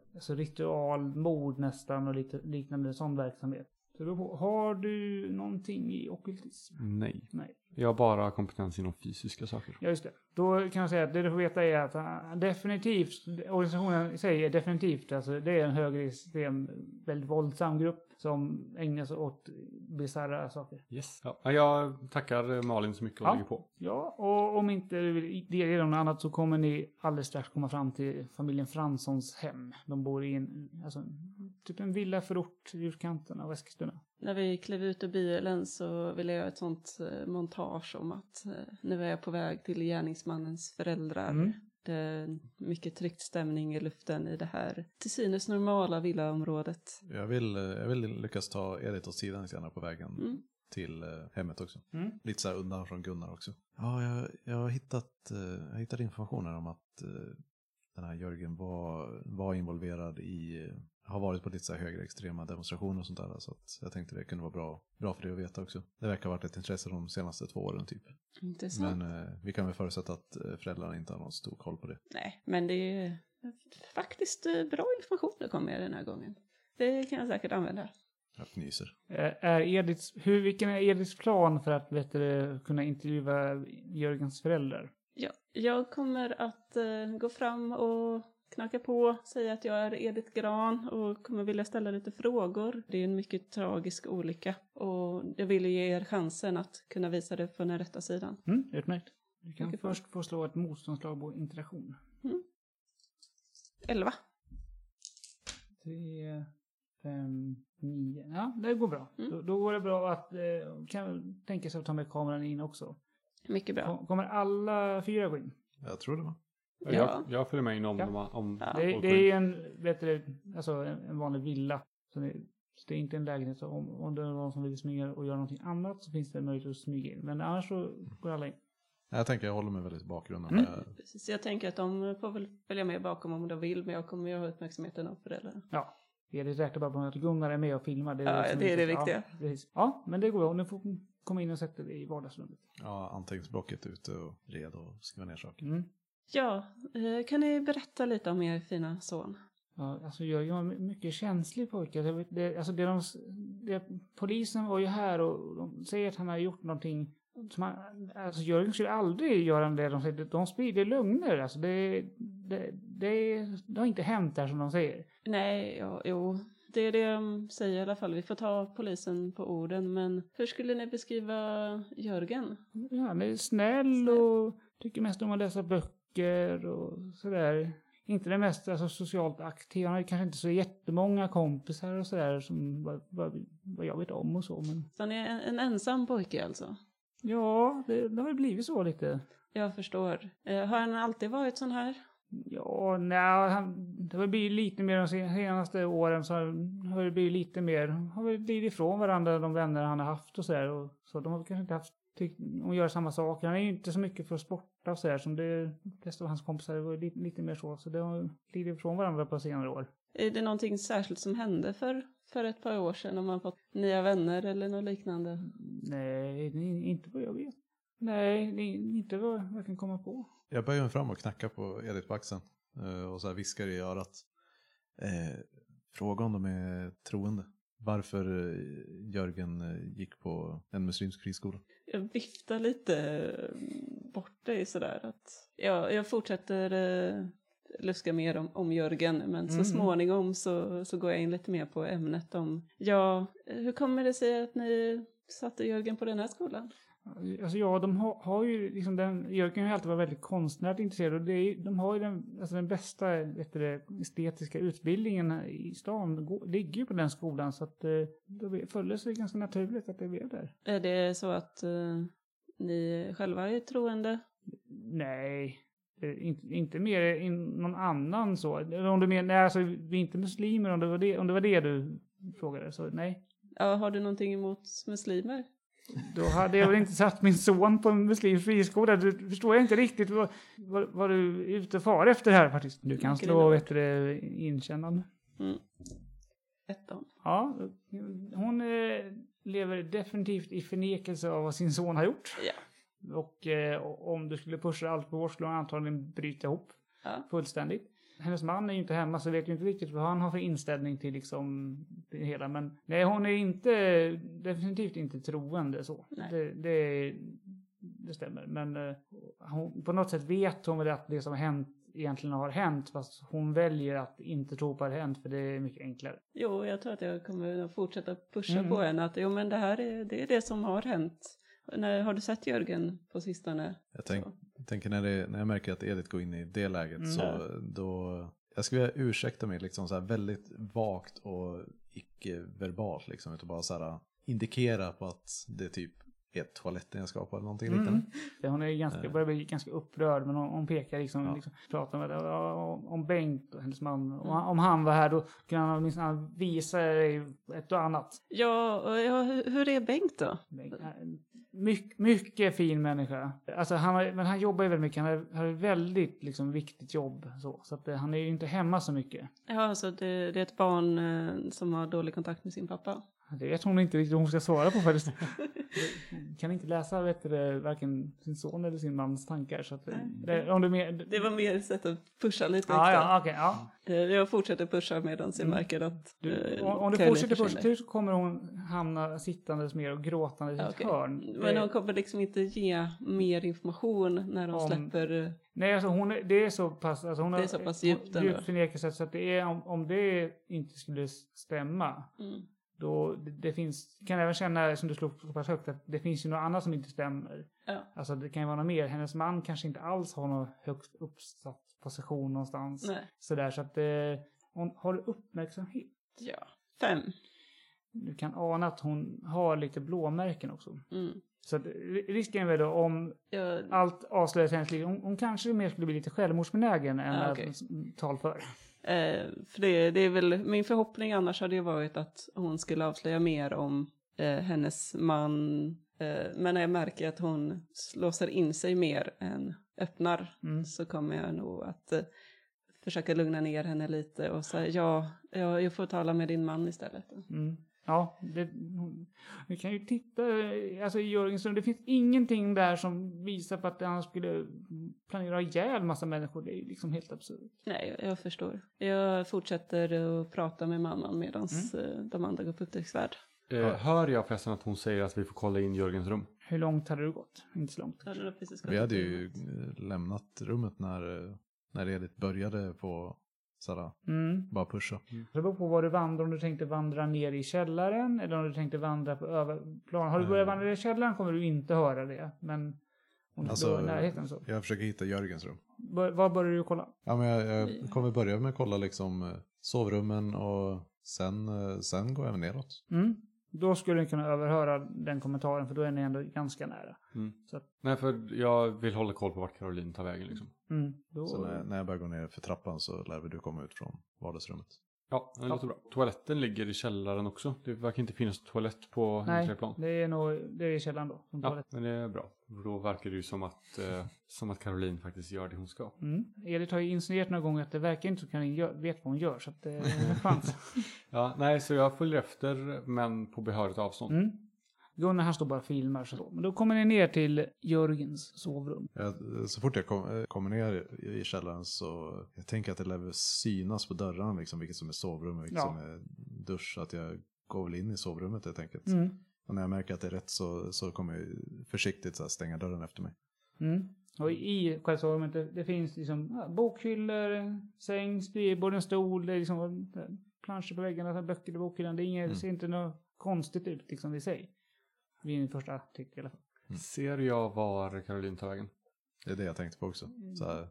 ritualmord nästan och lite liknande sån verksamhet. Så då, har du någonting i ockultism? Nej. Jag har bara kompetens inom fysiska saker. Ja, just det. Då kan jag säga att det du får veta är att organisationen i sig är definitivt, det är en högerextrem, väldigt våldsam grupp som ägnar sig åt bizarra saker. Yes. Ja, jag tackar Malin så mycket och lägger på. Ja, och om inte du vill delge dem något annat så kommer ni alldeles strax komma fram till familjen Franssons hem. De bor i typ en villaförort i utkanten av Eskilstuna. När vi klev ut ur bilen så ville jag göra ett sånt montage om att nu är jag på väg till gärningsmannens föräldrar. Det är mycket tryckt stämning i luften i det här till synes normala villaområdet. Jag vill lyckas ta Edith åt sidan lite grann på vägen till hemmet också. Lite så här undan från Gunnar också. Ja, jag har hittat informationen om att den här Jörgen var involverad har varit på lite så här högerextrema demonstrationer och sånt där. Så att jag tänkte det kunde vara bra för dig att veta också. Det verkar ha varit ett intresse de senaste 2 åren typ. Intressant. Men vi kan väl förutsätta att föräldrarna inte har någon stor koll på det. Nej, men det är faktiskt bra information det kom med den här gången. Det kan jag säkert använda. Jag fnyser. Vilken är Ediths plan för att kunna intervjua Jörgens föräldrar? Ja, jag kommer att gå fram och knacka på, säga att jag är Edith Gran och kommer vilja ställa lite frågor. Det är en mycket tragisk olycka och jag vill ge er chansen att kunna visa det från den rätta sidan. Utmärkt. Du kan först få slå ett motståndslag på interaktion. 11. 3, 5, 9. Ja, det går bra. Då går det bra att kan tänka sig att ta med kameran in också. Mycket bra. Kommer alla 4 gå in? Jag tror det var. Ja. Jag följer med in om Det är en vanlig villa. Så det är inte en lägenhet. Så om det är någon som vill smyga och göra någonting annat så finns det möjlighet att smyga in. Men annars så går alla in. Jag håller mig väldigt i bakgrunden. Precis, jag tänker att de får väl följa med bakom om de vill, men jag kommer ju ha uppmärksamheten av föräldrarna. Ja, det räknar bara på att Gunnar är med och filmar. Det är det viktiga. Ja, men det går bra. Nu får komma in och sätta det i vardagsrummet. Ja, anteckningsblocket ute och redo och skriva ner saker. Ja, kan ni berätta lite om er fina son? Ja, alltså jag är mycket känslig pojke. Polisen var ju här och de säger att han har gjort någonting. Jörgen skulle aldrig göra det de säger. De sprider lögner. Alltså det har inte hänt där som de säger. Nej, jo. Det är det de säger i alla fall. Vi får ta polisen på orden. Men hur skulle ni beskriva Jörgen? Ja, han är snäll och tycker mest om att läsa böcker och sådär. Inte det mest socialt aktiv. Han har kanske inte så jättemånga kompisar och sådär som vad jag vet om och så. Men... Så han är en ensam pojke alltså? Ja, det har blivit så lite. Jag förstår. Har han alltid varit sån här? Ja, det har blivit lite mer de senaste åren så har det blivit lite mer. Har vi blivit ifrån varandra de vänner han har haft och sådär. Och så de har kanske inte haft att göra samma saker. Han är ju inte så mycket för att sporta och sådär som de flesta av hans kompisar var lite mer så. Så det har blivit ifrån varandra på senare år. Är det någonting särskilt som hände för ett par år sedan om man fått nya vänner eller något liknande? Nej, inte vad jag vet. Nej, inte vad jag kan komma på. Jag böjer mig fram och knackar på Edith på axeln och så här viskar i örat. Fråga om de är troende. Varför Jörgen gick på en muslimsk friskola. Jag viftar lite bort dig sådär. Att jag fortsätter luska mer om Jörgen. Men så småningom så går jag in lite mer på ämnet om... Ja, hur kommer det sig att ni satte Jörgen på den här skolan? Alltså ja, de har ju liksom Jörgen har alltid varit väldigt konstnärligt intresserad och de har ju den bästa estetiska utbildningen i stan ligger ju på den skolan så att det följde sig ganska naturligt att det blev där. Är det så att ni själva är troende? Nej, inte mer än någon annan så. Om du menar, nej, alltså vi är inte muslimer om det var det du frågade så nej. Ja, har du någonting emot muslimer? Då hade jag väl inte satt min son på en muslimsk friskola. Du förstår jag inte riktigt vad du är ute och far efter här faktiskt. Du kan slå inkännande. 13. Ja, hon lever definitivt i förnekelse av vad sin son har gjort. Ja. Och om du skulle pusha allt på vår skulle hon antagligen bryta ihop fullständigt. Hennes man är ju inte hemma så vet ju inte riktigt vad han har för inställning till liksom det hela. Men nej, hon är definitivt inte troende så. Det stämmer. Men hon, på något sätt vet hon väl att det som har hänt egentligen har hänt. Fast hon väljer att inte tro på att det har hänt för det är mycket enklare. Jo, jag tror att jag kommer att fortsätta pusha på henne. Att men det här är det som har hänt. Har du sett Jörgen på sistone? Jag tänker när jag märker att Edith går in i det läget så då... Jag skulle vilja ursäkta mig liksom så här väldigt vagt och icke-verbalt liksom. Utan bara så här indikera på att det typ är ett toalettredskap eller någonting liknande. Hon är börjar bli ganska upprörd men hon pekar liksom pratar med om Bengt och hennes man. Om han var här då kan han åtminstone visa dig ett och annat. Ja, hur är Bengt då? Mycket fin människa. Alltså han jobbar ju väldigt mycket. Han har ett väldigt liksom, viktigt jobb. Så att han är ju inte hemma så mycket. Ja, så det är ett barn som har dålig kontakt med sin pappa. Det vet hon inte riktigt hon ska svara på faktiskt. Hon kan inte läsa varken sin son eller sin mans tankar. Så att, det var mer ett sätt att pusha lite. Okay. Jag fortsätter pusha medan jag märker att... om du fortsätter pusha så kommer hon hamna sittandes mer och gråtandes i ett hörn. Men hon kommer liksom inte ge mer information när hon släpper... Nej, alltså det är så pass... Alltså det är så pass djupt förnekelset så att det är, om det inte skulle stämma... Då det finns, kan även känna som du slog så pass högt att det finns ju något annat som inte stämmer. Ja. Alltså det kan ju vara något mer. Hennes man kanske inte alls har någon högt uppsatt position någonstans. Nej. Sådär så att hon har uppmärksamhet. Ja, 5. Du kan ana att hon har lite blåmärken också. Så att, risken är väl då om allt avslöjas i hennes liv. Hon kanske mer skulle bli lite självmordsbenägen än att tal för. För det är väl min förhoppning annars hade ju varit att hon skulle avslöja mer om hennes man. Men när jag märker att hon låser in sig mer än öppnar så kommer jag nog att försöka lugna ner henne lite och säga jag får tala med din man istället. Ja, vi kan ju titta alltså i Jörgenström, det finns ingenting där som visar på att han skulle planera ihjäl massa människor. Det är liksom helt absurt. Nej, jag förstår. Jag fortsätter att prata med mamman medan de andra går på upptäcktsfärd. Hör jag förresten att hon säger att vi får kolla in Jörgens rum? Hur långt hade du gått? Inte så långt. Vi hade ju lämnat rummet när Edith började på bara pusha. Det beror på vad du vandrar, om du tänkte vandra ner i källaren eller om du tänkte vandra på överplan. Har du börjat vandra i källaren kommer du inte höra det. Men om du är i närheten så. Jag försöker hitta Jörgens rum. Vad börjar du kolla? Ja, men jag kommer börja med att kolla liksom sovrummen och sen går jag neråt. Då skulle du kunna överhöra den kommentaren för då är ni ändå ganska nära. Så att... Nej, för jag vill hålla koll på vart Caroline tar vägen liksom. Så när jag börjar gå ner för trappan så lär du komma ut från vardagsrummet. Ja, det låter bra. Toaletten ligger i källaren också. Det verkar inte finnas toalett på plan. Nej, det är i källaren då. Ja, men det är bra. Då verkar det ju som att Caroline faktiskt gör det hon ska. Edith har ju insinuerat några gånger att det verkar inte som Caroline vet vad hon gör. Så att det är chans. Ja, nej, så jag följer efter men på behörigt avstånd. Gunnar han står bara och filmar så. Men då kommer ni ner till Jörgens sovrum. Så fort jag kommer ner i källaren så jag tänker att det lär synas på dörrarna liksom, vilket som är sovrum och vilket som är dusch. Att jag går väl in i sovrummet helt enkelt. Och när jag märker att det är rätt så kommer jag försiktigt så här, stänga dörren efter mig. Och i själva sovrummet det finns liksom bokhyllor, säng, skrivbord, en stol, det är liksom planscher på väggarna, böcker i bokhyllan. Det ser inte något konstigt ut liksom i sig. Vi är min första tyck i alla fall. Ser jag var Caroline tar vägen? Det är det jag tänkte på också. Så här,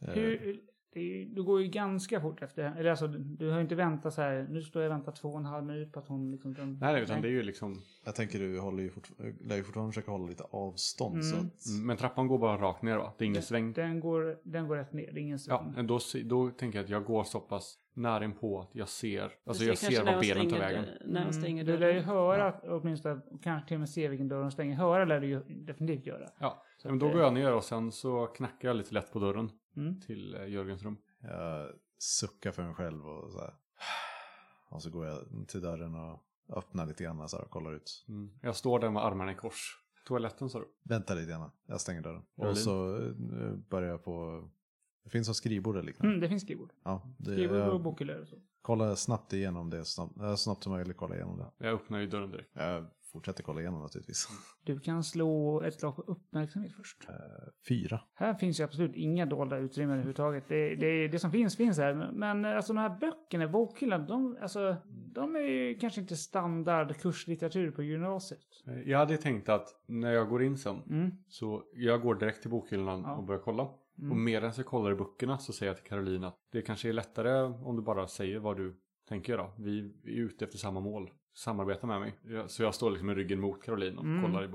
du går ju ganska fort efter. Eller alltså, du har inte väntat så här. Nu står jag och väntar 2,5 minuter på att hon liksom... Nej, utan det är ju liksom... Jag tänker du lär ju fortfarande försöka hålla lite avstånd. Så att... Men trappan går bara rakt ner va? Det är ingen sväng. Den går rätt ner, det är ingen sväng. Ja, då tänker jag att jag går så pass nära in på att jag ser. Alltså jag ser vad benen tar vägen. När hon stänger dörren. Du lär ju höra, åtminstone kanske till och med se vilken dörr hon stänger. Höra lär du ju definitivt göra. Ja, men då går jag ner och sen så knackar jag lite lätt på dörren till Jörgens rum. Jag suckar för mig själv och så här. Och så går jag till dörren och öppnar lite grann så här, och kollar ut. Jag står där med armarna i kors. Toaletten sa du? Vänta lite grann. Jag stänger dörren. Och så börjar jag på... Det finns en skrivbord eller liknande. Det finns skrivbord. Ja, skrivbord och bokhyllor och så. Kolla snabbt igenom det. Snabbt som möjligt kolla igenom det. Jag öppnar ju dörren direkt. Jag fortsätter kolla igenom naturligtvis. Du kan slå ett slag på uppmärksamhet först. 4. Här finns ju absolut inga dolda utrymmen överhuvudtaget. Det som finns här. Men alltså de här böckerna, bokhyllan, de är ju kanske inte standard kurslitteratur på gymnasiet. Jag hade tänkt att när jag går in sen så jag går direkt till bokhyllan och börjar kolla. Och medan jag kollar i böckerna så säger jag till Caroline att det kanske är lättare om du bara säger vad du tänker då. Vi är ute efter samma mål. Samarbeta med mig. Så jag står liksom med ryggen mot Caroline och kollar i bokhyllan.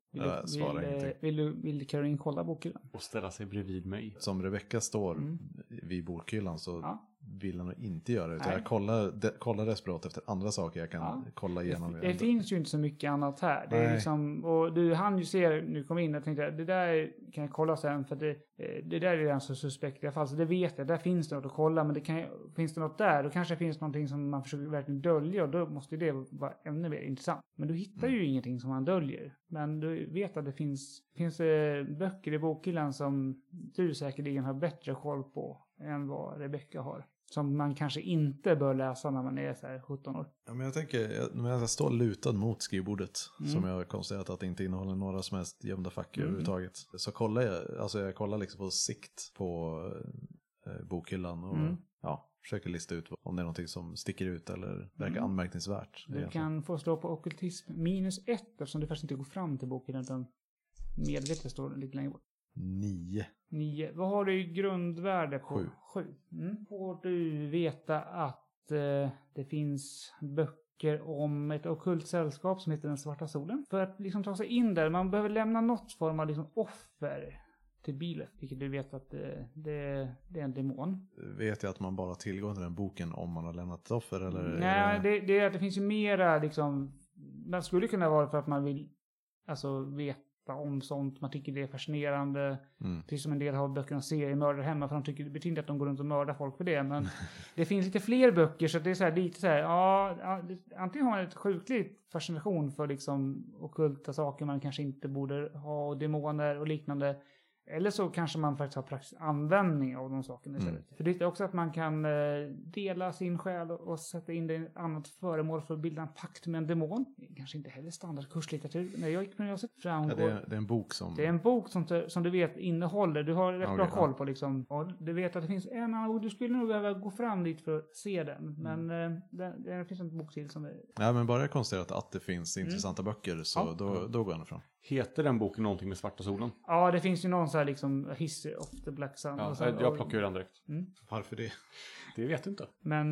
Vill Caroline kolla bokhyllan? Och ställa sig bredvid mig. Som Rebecca står vid bokhyllan så vill han inte göra det. Utan jag kollar desperat efter andra saker jag kan kolla igenom. Det finns ju inte så mycket annat här. Det är liksom, och du hann ju se, nu kom in och tänkte det där kan jag kolla sen för det där är redan så suspekt i alla fall. Så det vet jag, där finns det något att kolla. Men finns det något där, då kanske det finns någonting som man försöker verkligen dölja. Och då måste det vara ännu mer intressant. Men du hittar ju ingenting som man döljer. Men du vet att det finns böcker i bokhyllan som du säkerligen har bättre koll på än vad Rebecca har. Som man kanske inte bör läsa när man är så här 17 år. Ja, men jag tänker, när jag står lutad mot skrivbordet, som jag har konstaterat att det inte innehåller några som helst gömda fack överhuvudtaget. Så kollar jag kollar liksom på sikt på bokhyllan och försöker lista ut om det är någonting som sticker ut eller verkar anmärkningsvärt. Du kan få slå på ockultism -1 eftersom du faktiskt inte går fram till bokhyllan utan medvetet står lite längre bort. 9. Vad har du i grundvärde på? 7. Får du veta att det finns böcker om ett ockult sällskap som heter Den Svarta Solen? För att liksom ta sig in där, man behöver lämna något form av liksom offer till Bileth, vilket du vet att det är en demon. Vet jag att man bara tillgår till den boken om man har lämnat ett offer? Eller nej, det finns ju mera liksom, man skulle kunna vara för att man vill veta om sånt, man tycker det är fascinerande. Precis som en del har böcker om seriemördare hemma för de tycker det betyder att de går runt och mördar folk för det. Men det finns lite fler böcker så det är så här, lite så här, antingen har man ett sjukligt fascination för liksom ockulta saker man kanske inte borde ha, och demoner och liknande. Eller så kanske man faktiskt har praktisk användning av de sakerna istället. För det är också att man kan dela sin själ och sätta in det i ett annat föremål för att bilda en pakt med en demon. Kanske inte heller standardkurslitteratur. När jag gick på universitetet framgår... det är en bok som... Det är en bok som du vet innehåller. Du har rätt bra koll på liksom. Och du vet att det finns en annan. Du skulle nog behöva gå fram dit för att se den. Men det finns en bok till som är... Ja, men bara jag konstaterat att det finns intressanta böcker så då går jag fram. Heter den boken någonting med Svarta Solen? Ja, det finns ju någon så här liksom History of the Black Sun. Ja, jag plockar ju den direkt. Varför det? Det vet jag inte. Men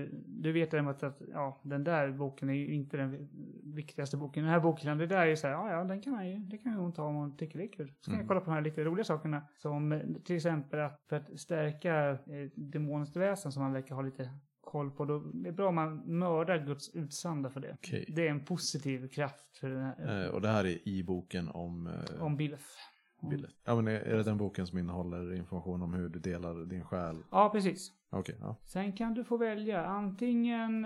du vet däremot att den där boken är ju inte den viktigaste boken. Den här boken, det där är så här, det kan hon ta om hon tycker det är kul. Så kan jag kolla på de här lite roliga sakerna. Som till exempel att för att stärka demoniskt väsen som man verkar ha lite koll på. Då det är bra om man mördar Guds utsända för det. Okay. Det är en positiv kraft för den här. Och det här är i boken om Bileth. Ja, men är det den boken som innehåller information om hur du delar din själ? Ja, precis. Okej, ja. Sen kan du få välja antingen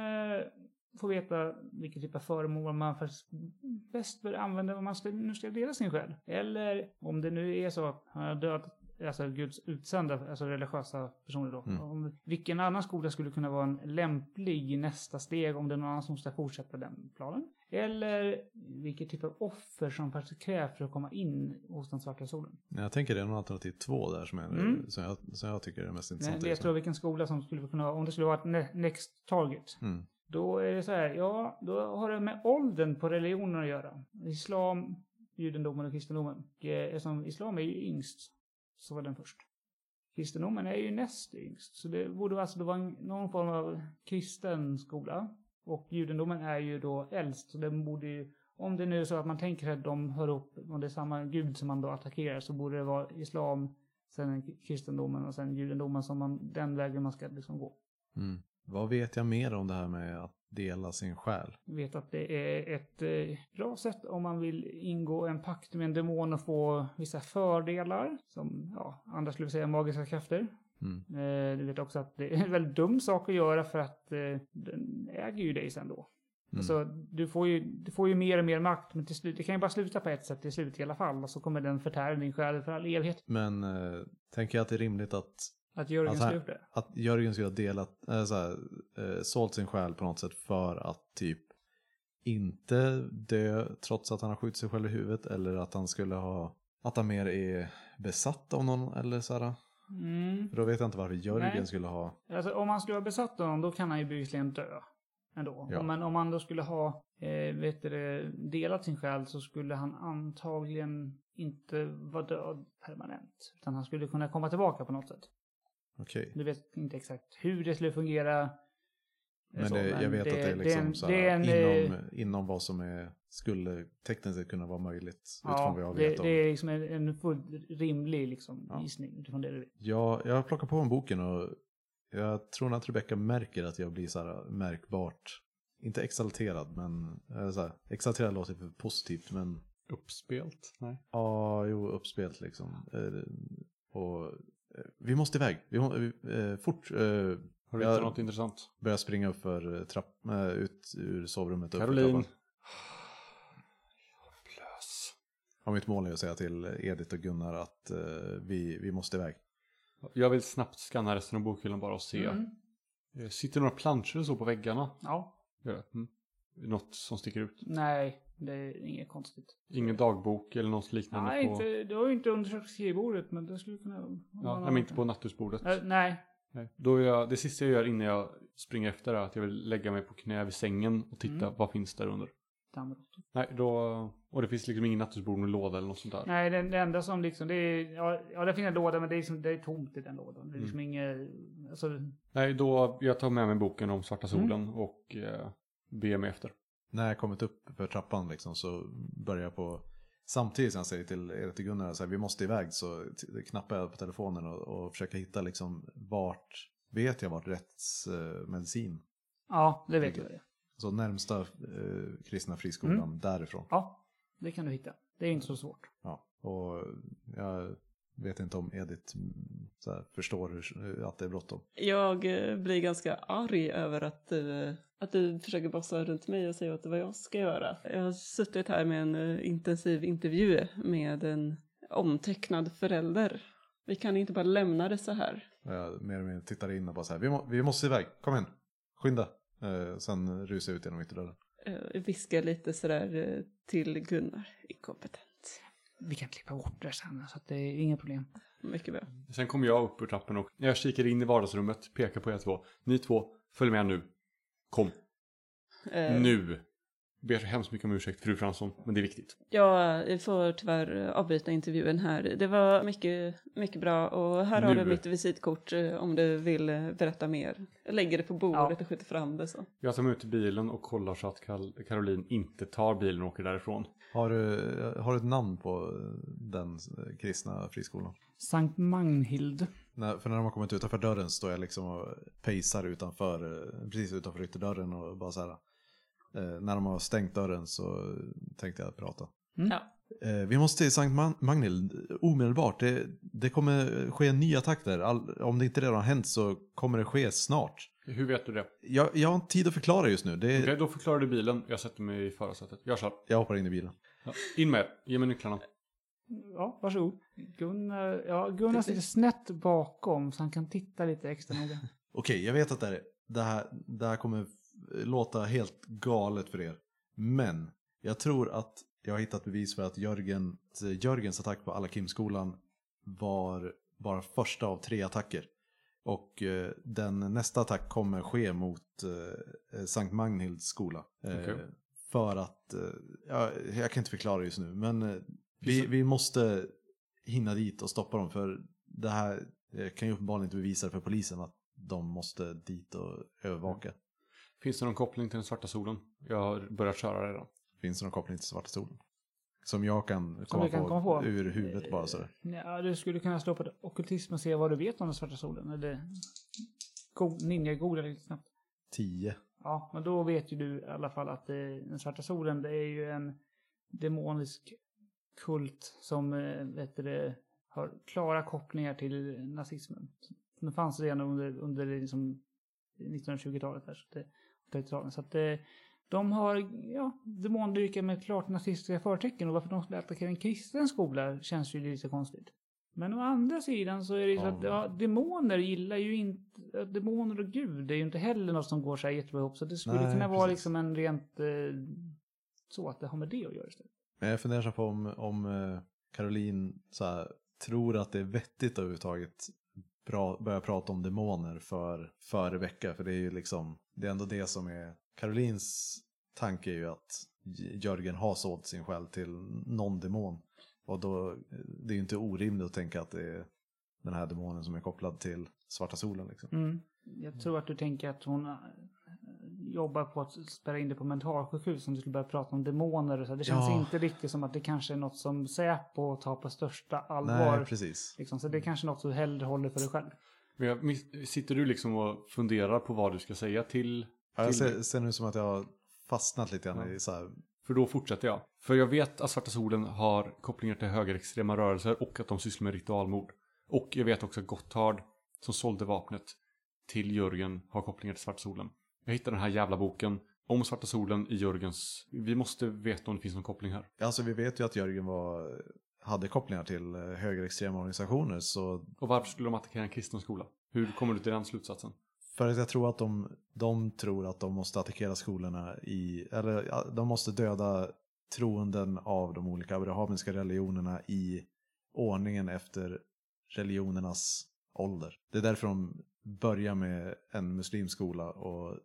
få veta vilken typ av föremål man faktiskt bäst bör använda om man nu ska dela sin själ. Eller om det nu är så att han har dödat Guds utsända, alltså religiösa personer då. Om vilken annan skola skulle kunna vara en lämplig nästa steg om det är någon annan som ska fortsätta den planen. Eller vilket typ av offer som faktiskt krävs för att komma in hos den svarta solen. Jag tänker det är någon alternativ 2 där som jag tycker är mest intressant. Jag tror vilken skola som skulle kunna, om det skulle vara ett next target. Då är det så här, då har det med åldern på religionen att göra. Islam, judendomen och kristendomen. Eftersom islam är ju yngst så var den först. Kristendomen är ju näst yngst. Så det borde alltså vara någon form av kristen skola. Och judendomen är ju då äldst. Så den borde ju, om det nu är så att man tänker att de hör upp, om det är samma gud som man då attackerar, så borde det vara islam, sen kristendomen och sen judendomen som den vägen man ska liksom gå. Vad vet jag mer om det här med att dela sin själ? Jag vet att det är ett bra sätt om man vill ingå en pakt med en demon och få vissa fördelar. Som andra skulle säga magiska krafter. Du vet också att det är en väldigt dum sak att göra för att den äger ju dig sen då. Alltså, du får ju mer och mer makt, men till slut, det kan ju bara sluta på ett sätt till slut i alla fall. Och så kommer den förtära din själ för all evighet. Men tänker jag att det är rimligt att Jörgen skulle gjort det? Att Jörgen skulle ha delat, sålt sin själ på något sätt för att typ inte dö trots att han har skjutit sig själv i huvudet. Eller att han skulle ha, att han mer är besatt av någon eller sådär. För då vet jag inte varför Jörgen skulle ha... Alltså, om han skulle vara besatt av någon, då kan han ju bevisligen dö ändå. Ja. Men om han då skulle ha delat sin själ, så skulle han antagligen inte vara död permanent. Utan han skulle kunna komma tillbaka på något sätt. Okej. Du vet inte exakt hur det skulle fungera. Men så, jag vet att det är liksom så här, inom vad som skulle tekniskt sett kunna vara möjligt. Utifrån vad jag vet det är liksom en fullt rimlig liksom, gissning utifrån det du vet. Ja, jag har plockat på en boken och jag tror att Rebecca märker att jag blir så här märkbart, inte exalterad, men så här, exalterad låter för positivt, men Uppspelt? Nej. Ja, uppspelt liksom. Och vi måste iväg. Fort. Har du hittat något intressant? Börjar springa upp för ut ur sovrummet. Caroline. Och mitt mål är att säga till Edith och Gunnar att vi måste iväg. Jag vill snabbt scanna resten av bokhyllan bara och se. Sitter några planscher så på väggarna? Ja. Något som sticker ut? Nej, det är inget konstigt. Ingen dagbok eller något liknande? Nej, inte, det har ju inte undersökt skrivbordet, men det skulle kunna... Ja, men inte på nattduksbordet. Nej. Då det sista jag gör innan jag springer efter är att jag vill lägga mig på knä vid sängen och titta vad finns där under. Nej, och det finns liksom ingen nattduksbord med låda eller något sånt där. Nej, det enda som liksom, det är, det finns en låda, men det är tomt i den lådan. Det är liksom inget, alltså... Nej, då jag tar med mig boken om Svarta solen och ber mig efter. När jag kommit upp för trappan liksom, så börjar jag på, samtidigt som jag säger till Edith och Gunnar så här, vi måste iväg, så knappar jag på telefonen och försöker hitta liksom vart rättsmedicin. Ja, det vet jag. Så närmsta kristna friskolan därifrån. Ja, det kan du hitta. Det är inte så svårt. Ja, och jag vet inte om Edith så här, förstår att det är bråttom. Jag blir ganska arg över att du försöker bossa runt mig och säga att det var jag ska göra. Jag har suttit här med en intensiv intervju med en omtecknad förälder. Vi kan inte bara lämna det så här. Jag mer och mer tittar in och bara så här, vi måste iväg, kom igen, skynda. Sen rusar jag ut genom ytterdörren. Jag viskar lite sådär till Gunnar, inkompetent. Vi kan klippa bort det sen, så att det är inga problem. Mycket bra. Sen kommer jag upp ur trappen och jag kikar in i vardagsrummet, pekar på er två. Ni två, följ med nu. Kom. Nu. Ber så hemskt mycket om ursäkt, fru Fransson, men det är viktigt. Jag får tyvärr avbryta intervjun här. Det var mycket, mycket bra, och här har du mitt visitkort om du vill berätta mer. Jag lägger det på bordet och skjuter fram det så. Jag tar mig ut till bilen och kollar så att Caroline inte tar bilen och åker därifrån. Har du ett namn på den kristna friskolan? Sankt Magnhild. För när de har kommit utanför dörren står jag liksom och pejsar precis utanför ytterdörren och bara så här. När de har stängt dörren så tänkte jag prata. Ja. Vi måste till Sankt Magnhild omedelbart. Det kommer ske en ny attack där. Om det inte redan har hänt så kommer det ske snart. Hur vet du det? Jag har inte tid att förklara just nu. Okej, då förklarar du bilen. Jag sätter mig i förarsätet. Jag kör. Jag hoppar in i bilen. Ja. In med. Ge mig nycklarna. Ja, varsågod. Gunnar sitter snett bakom så han kan titta lite extra noga. Okej, jag vet att det här kommer låta helt galet för er. Men jag tror att jag har hittat bevis för att Jörgens attack på Alla Kim-skolan var bara första av 3 attacker. Och nästa attack kommer ske mot Sankt Magnhilds skola. Okay. För att, jag kan inte förklara just nu, men vi måste hinna dit och stoppa dem. För det här kan ju uppenbarligen inte bevisa för polisen att de måste dit och övervaka. Finns det någon koppling till den svarta solen? Jag har börjat köra redan. Finns det någon koppling till svarta solen? Som jag kan komma på ur huvudet bara sådär. Ja, du skulle kunna slå på ockultism och se vad du vet om den svarta solen. Eller ninja-goda lite snabbt. 10. Ja, men då vet ju du i alla fall att den svarta solen, det är ju en demonisk kult som har klara kopplingar till nazismen. Den fanns redan under liksom 1920-talet där, så 30-talet. Så att de har demondyrkare med klart nazistiska förtecken, och varför de skulle attackera en kristen skola känns ju lite konstigt. Men å andra sidan så är det ju så att demoner gillar ju inte, demoner och gud är ju inte heller något som går så här jättebra ihop, så det skulle kunna vara liksom en rent så att det har med det att göra istället. Men jag funderar på om Caroline så här, tror att det är vettigt att överhuvudtaget börja prata om demoner för Rebecca, för det är ju liksom, det är ändå det som är Carolines tanke, är ju att Jörgen har sålt sin själ till någon demon, och då det är ju inte orimligt att tänka att det är den här demonen som är kopplad till svarta solen liksom. Jag tror att du tänker att jobbar på att spärra in det på mentalsjukhus som du skulle börja prata om demoner och så. Det känns inte riktigt som att det kanske är något som Säpo tar på största allvar. Nej, precis. Liksom, så det är kanske något du hellre håller för dig själv. Men sitter du liksom och funderar på vad du ska säga till... Jag ser nu som att jag har fastnat lite grann i så här... För då fortsätter jag. För jag vet att Svarta Solen har kopplingar till högerextrema rörelser och att de sysslar med ritualmord. Och jag vet också att Gotthard, som sålde vapnet till Jörgen, har kopplingar till Svarta Solen. Jag hittade den här jävla boken om Svarta Solen i Jörgens... Vi måste veta om det finns någon koppling här. Alltså vi vet ju att Jörgen hade kopplingar till högerextrema organisationer. Så... Och varför skulle de attackera en kristen skola? Hur kommer du till den slutsatsen? För att jag tror att de tror att de måste attackera skolorna eller de måste döda troenden av de olika abrahamiska religionerna i ordningen efter religionernas ålder. Det är därför de börjar med en muslimskola och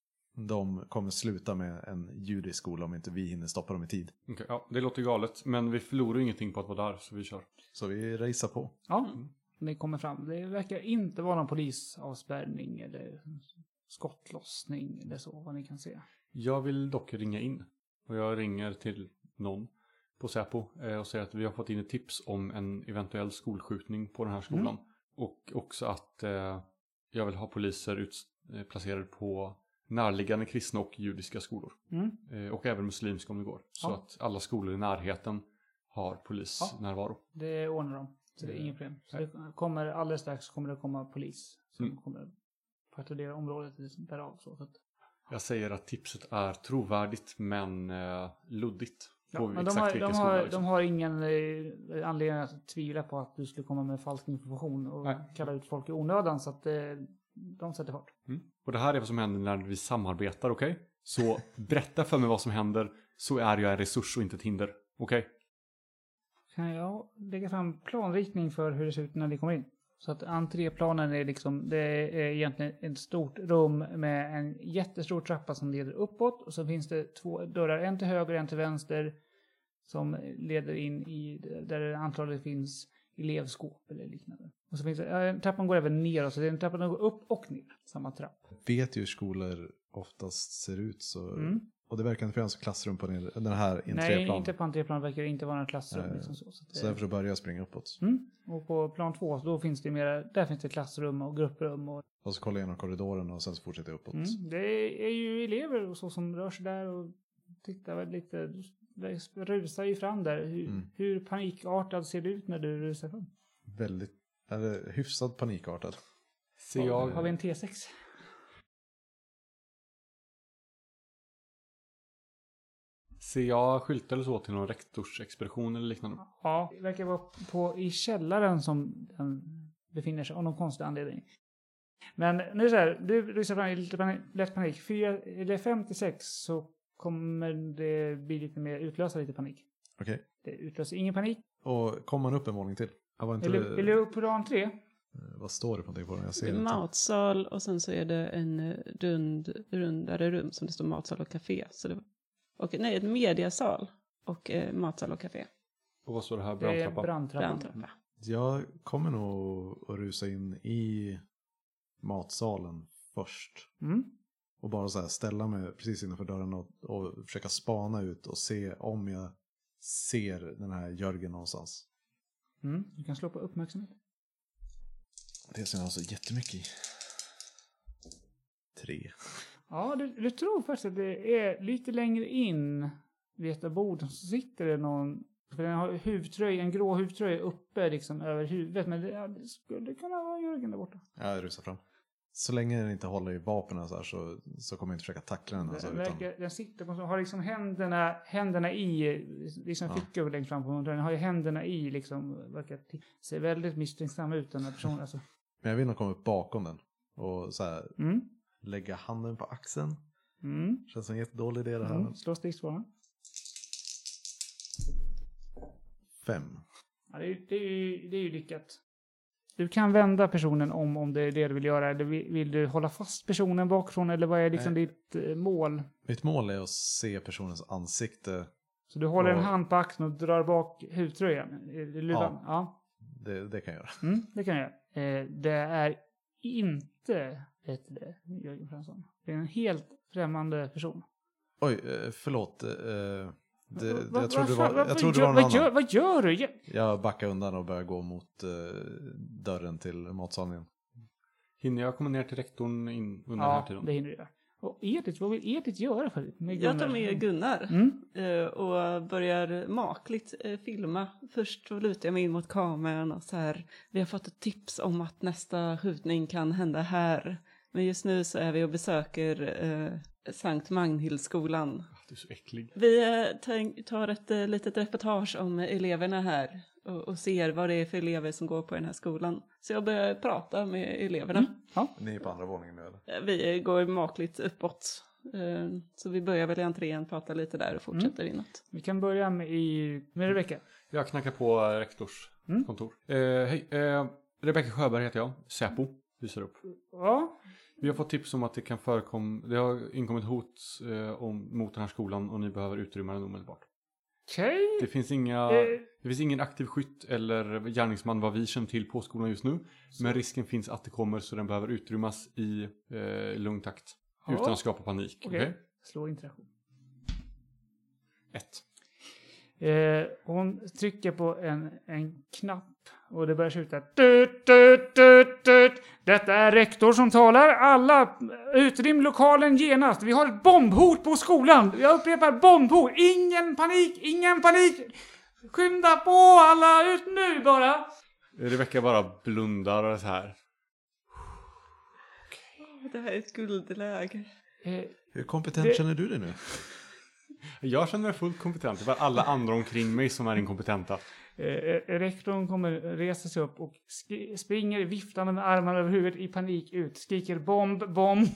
de kommer sluta med en judisk skola om inte vi hinner stoppa dem i tid. Okej, ja, det låter galet, men vi förlorar ingenting på att vara där, så vi kör. Så vi racear på. Ja, det kommer fram. Det verkar inte vara någon polisavspärrning eller skottlossning eller så, vad ni kan se. Jag vill dock ringa in. Och jag ringer till någon på Säpo och säger att vi har fått in ett tips om en eventuell skolskjutning på den här skolan. Och också att jag vill ha poliser placerade på närliggande kristna och judiska skolor. Och även muslimska om det går. Så att alla skolor i närheten har polisnärvaro. Det ordnar de. Så det är inget problem. Så det kommer alldeles strax kommer det komma polis som kommer patrullera området därav. Så att... Jag säger att tipset är trovärdigt men luddigt. Ja, men de har ingen anledning att tvivla på att du skulle komma med falsk information och kalla ut folk i onödan, så att de sätter fart. Och det här är vad som händer när vi samarbetar, okej? Så berätta för mig vad som händer, så är jag en resurs och inte ett hinder, okej? Kan jag lägga fram planritning för hur det ser ut när ni kommer in? Så att entréplanen är liksom, det är egentligen ett stort rum med en jättestor trappa som leder uppåt. Och så finns det 2 dörrar, en till höger och en till vänster, som leder in i där det antagligen finns elevskåp eller liknande. Och så finns det, trappan går även ner, så den trappan går upp och ner, samma trapp. Vet ju hur skolor oftast ser ut så... Och det verkar inte finnas klassrum på den här entréplanen. Nej, inte på entréplanen verkar det inte vara en klassrum. Liksom så därför börjar jag springa uppåt. Och på plan 2 då finns det där finns det klassrum och grupprum. Och så kollar jag igenom korridoren och sen så fortsätter jag uppåt. Det är ju elever och så som rör sig där och tittar lite, rusar ju fram där. Hur panikartad ser det ut när du rusar fram? Väldigt, eller hyfsad panikartad. Har vi en T6? Ser jag skyltar eller så till någon rektorsexpedition eller liknande? Ja, det verkar vara i källaren som den befinner sig av någon konstig anledning. Men nu är det så här, du rusar fram i lite lätt panik. 5-6 så kommer det bli utlösa lite panik. Okej. Det utlöser ingen panik. Och kommer man upp en våning till? Eller upp på plan 3? Vad står det på det? Jag ser det är matsal och sen så är det en rundare rum som det står matsal och café. Så det ett mediasal och matsal och café. Och vad står det här? Brandtrappa. Jag kommer nog att rusa in i matsalen först. Och bara så här ställa mig precis innanför dörren och försöka spana ut och se om jag ser den här Jörgen någonstans. Du kan slå på uppmärksamhet. Det ser alltså jättemycket i. 3. Ja, du tror faktiskt att det är lite längre in vid ett av borden så sitter det någon, för den har en grå huvtröja uppe liksom över huvudet, men det skulle kunna vara Jörgen där borta. Ja, jag rusar fram. Så länge den inte håller i vapnen så kommer jag inte försöka tackla den. Den sitter på, har liksom händerna i liksom fickor längst fram på honom. Den har ju händerna i liksom, ser väldigt misstänksam ut den här personen alltså. Men jag vill nog komma upp bakom den och så här lägga handen på axeln. Känns som en jättedålig idé det här. Slå stigsvåran. 5. Ja, det är ju lyckat. Du kan vända personen om det är det du vill göra. Eller vill du hålla fast personen bakifrån? Eller vad är liksom ditt mål? Mitt mål är att se personens ansikte. Så du håller en hand på axeln och drar bak huvtröjan? Ja. Det kan jag göra. Det kan jag göra. Det är inte Jörgen Fransson. Det är en helt främmande person. Oj, förlåt. Jag trodde det var någon annan. Vad gör du? Jag backar undan och börjar gå mot dörren till matsalen. Hinner jag komma ner till rektorn under den här tiden? Ja, det hinner du. Och Edith, vad vill Edith göra med Gunnar? Jag tar med Gunnar och börjar makligt filma. Först så lutar jag mig in mot kameran och så här. Vi har fått ett tips om att nästa skjutning kan hända här. Men just nu så är vi och besöker Sankt Magnhildsskolan. Du är så äcklig. Vi tar ett litet reportage om eleverna här. Och ser vad det är för elever som går på den här skolan. Så jag börjar prata med eleverna. Ja. Ni är på andra våningen nu eller? Vi går makligt uppåt. Så vi börjar väl i entrén, prata lite där och fortsätter inåt. Vi kan börja med Rebecka. Jag knackar på rektors kontor. Hej, Rebecka Sjöberg heter jag. Säpo visar upp. Ja. Vi har fått tips om att det kan förekomma. Det har inkommit hot mot den här skolan och ni behöver utrymma den omedelbart. Okej. Det finns ingen aktiv skytt eller gärningsman vad vi känner till på skolan just nu. Men risken finns att det kommer så den behöver utrymmas i lugn takt. Utan att skapa panik. Okej. Slå interaktion. 1. Hon trycker på en knapp och det börjar skjuta. Detta är rektor som talar. Alla utrym lokalen genast. Vi har ett bombhot på skolan. Jag upprepar bombhot. Ingen panik. Skynda på alla ut nu bara. Rebecka bara blundar och så här. Det här är ett guldläge. Hur kompetent känner du dig nu? Jag känner mig fullt kompetent. Det var alla andra omkring mig som är inkompetenta. Rektorn kommer resa sig upp och springer viftande med armarna över huvudet i panik ut. Skriker bomb.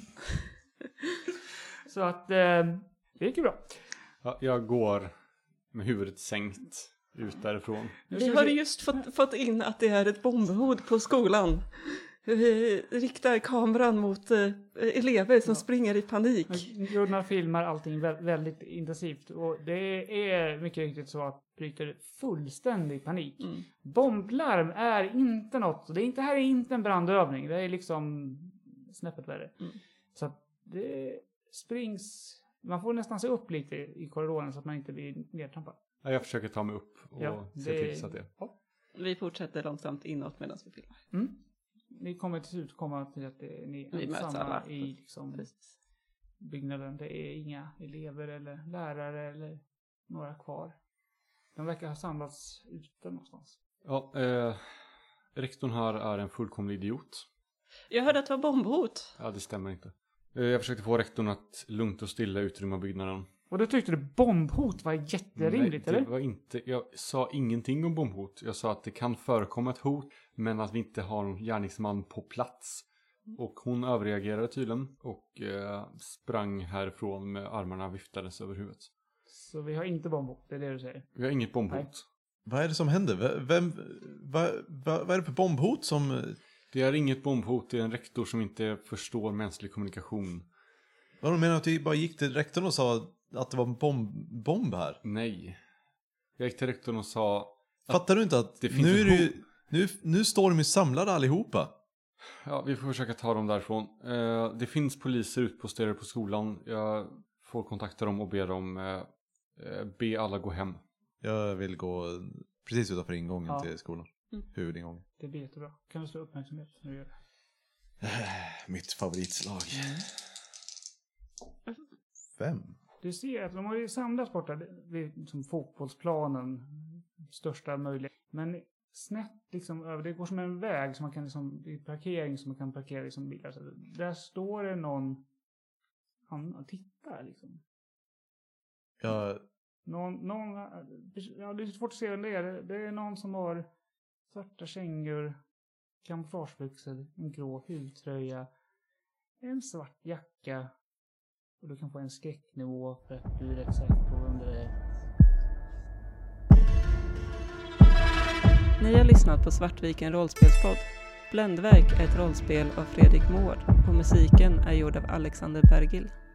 Så att det gick ju bra. Ja, jag går med huvudet sänkt ut därifrån. Vi har just fått in att det är ett bombhot på skolan. Vi riktar kameran mot elever som springer i panik. Gunnar filmar allting väldigt intensivt. Och det är mycket riktigt så att bryter fullständig panik. Bomblarm är inte något. Det här är inte en brandövning. Det är liksom snäppet värre. Så att det springs. Man får nästan se upp lite i korridoren så att man inte blir nedtrampad. Ja, jag försöker ta mig upp och se till så att det. Ja. Vi fortsätter långsamt inåt medan vi filmar. Ni kommer till slut komma till att ni är ensamma i liksom byggnaden. Det är inga elever eller lärare eller några kvar. De verkar ha samlats ute någonstans. Ja, rektorn här är en fullkomlig idiot. Jag hörde att det var bombhot. Ja, det stämmer inte. Jag försökte få rektorn att lugnt och stilla utrymma byggnaden. Och då tyckte du bombhot var jätterimligt, eller? Nej, det var inte. Jag sa ingenting om bombhot. Jag sa att det kan förekomma ett hot, men att vi inte har en gärningsman på plats. Och hon överreagerade tydligen och sprang härifrån med armarna viftades över huvudet. Så vi har inte bombhot, det är det du säger? Vi har inget bombhot. Nej. Vad är det som händer? Vad är det för bombhot som... Det är inget bombhot, det är en rektor som inte förstår mänsklig kommunikation. Vad de menar att vi bara gick till rektorn och sa att det var en bomb här? Nej. Jag gick till rektorn och sa... Fattar du inte att nu står de ju samlade allihopa? Ja, vi får försöka ta dem därifrån. Det finns poliser utposterade på skolan. Jag får kontakta dem och be alla gå hem. Jag vill gå precis utanför ingången till skolan. Huvudingången. Det blir jättebra. Kan du slå uppmärksamhet när du gör det? Mitt favoritslag. 5. Du ser att de har ju samlats borta vid som fotbollsplanen. Största möjliga. Men snett liksom över. Det går som en väg som man kan liksom, det är parkering som man kan parkera liksom bilar. Så där står det någon. Han tittar liksom. Ja. Det är svårt att se vem det är. Det är någon som har svarta kängor, kamouflagebyxor, en grå huvtröja, en svart jacka. Och du kan få en skräcknivå för att du är rätt säker på vem det är. Ni har lyssnat på Svartviken rollspelspodd. Bländverk är ett rollspel av Fredrik Mård och musiken är gjord av Alexander Bergil.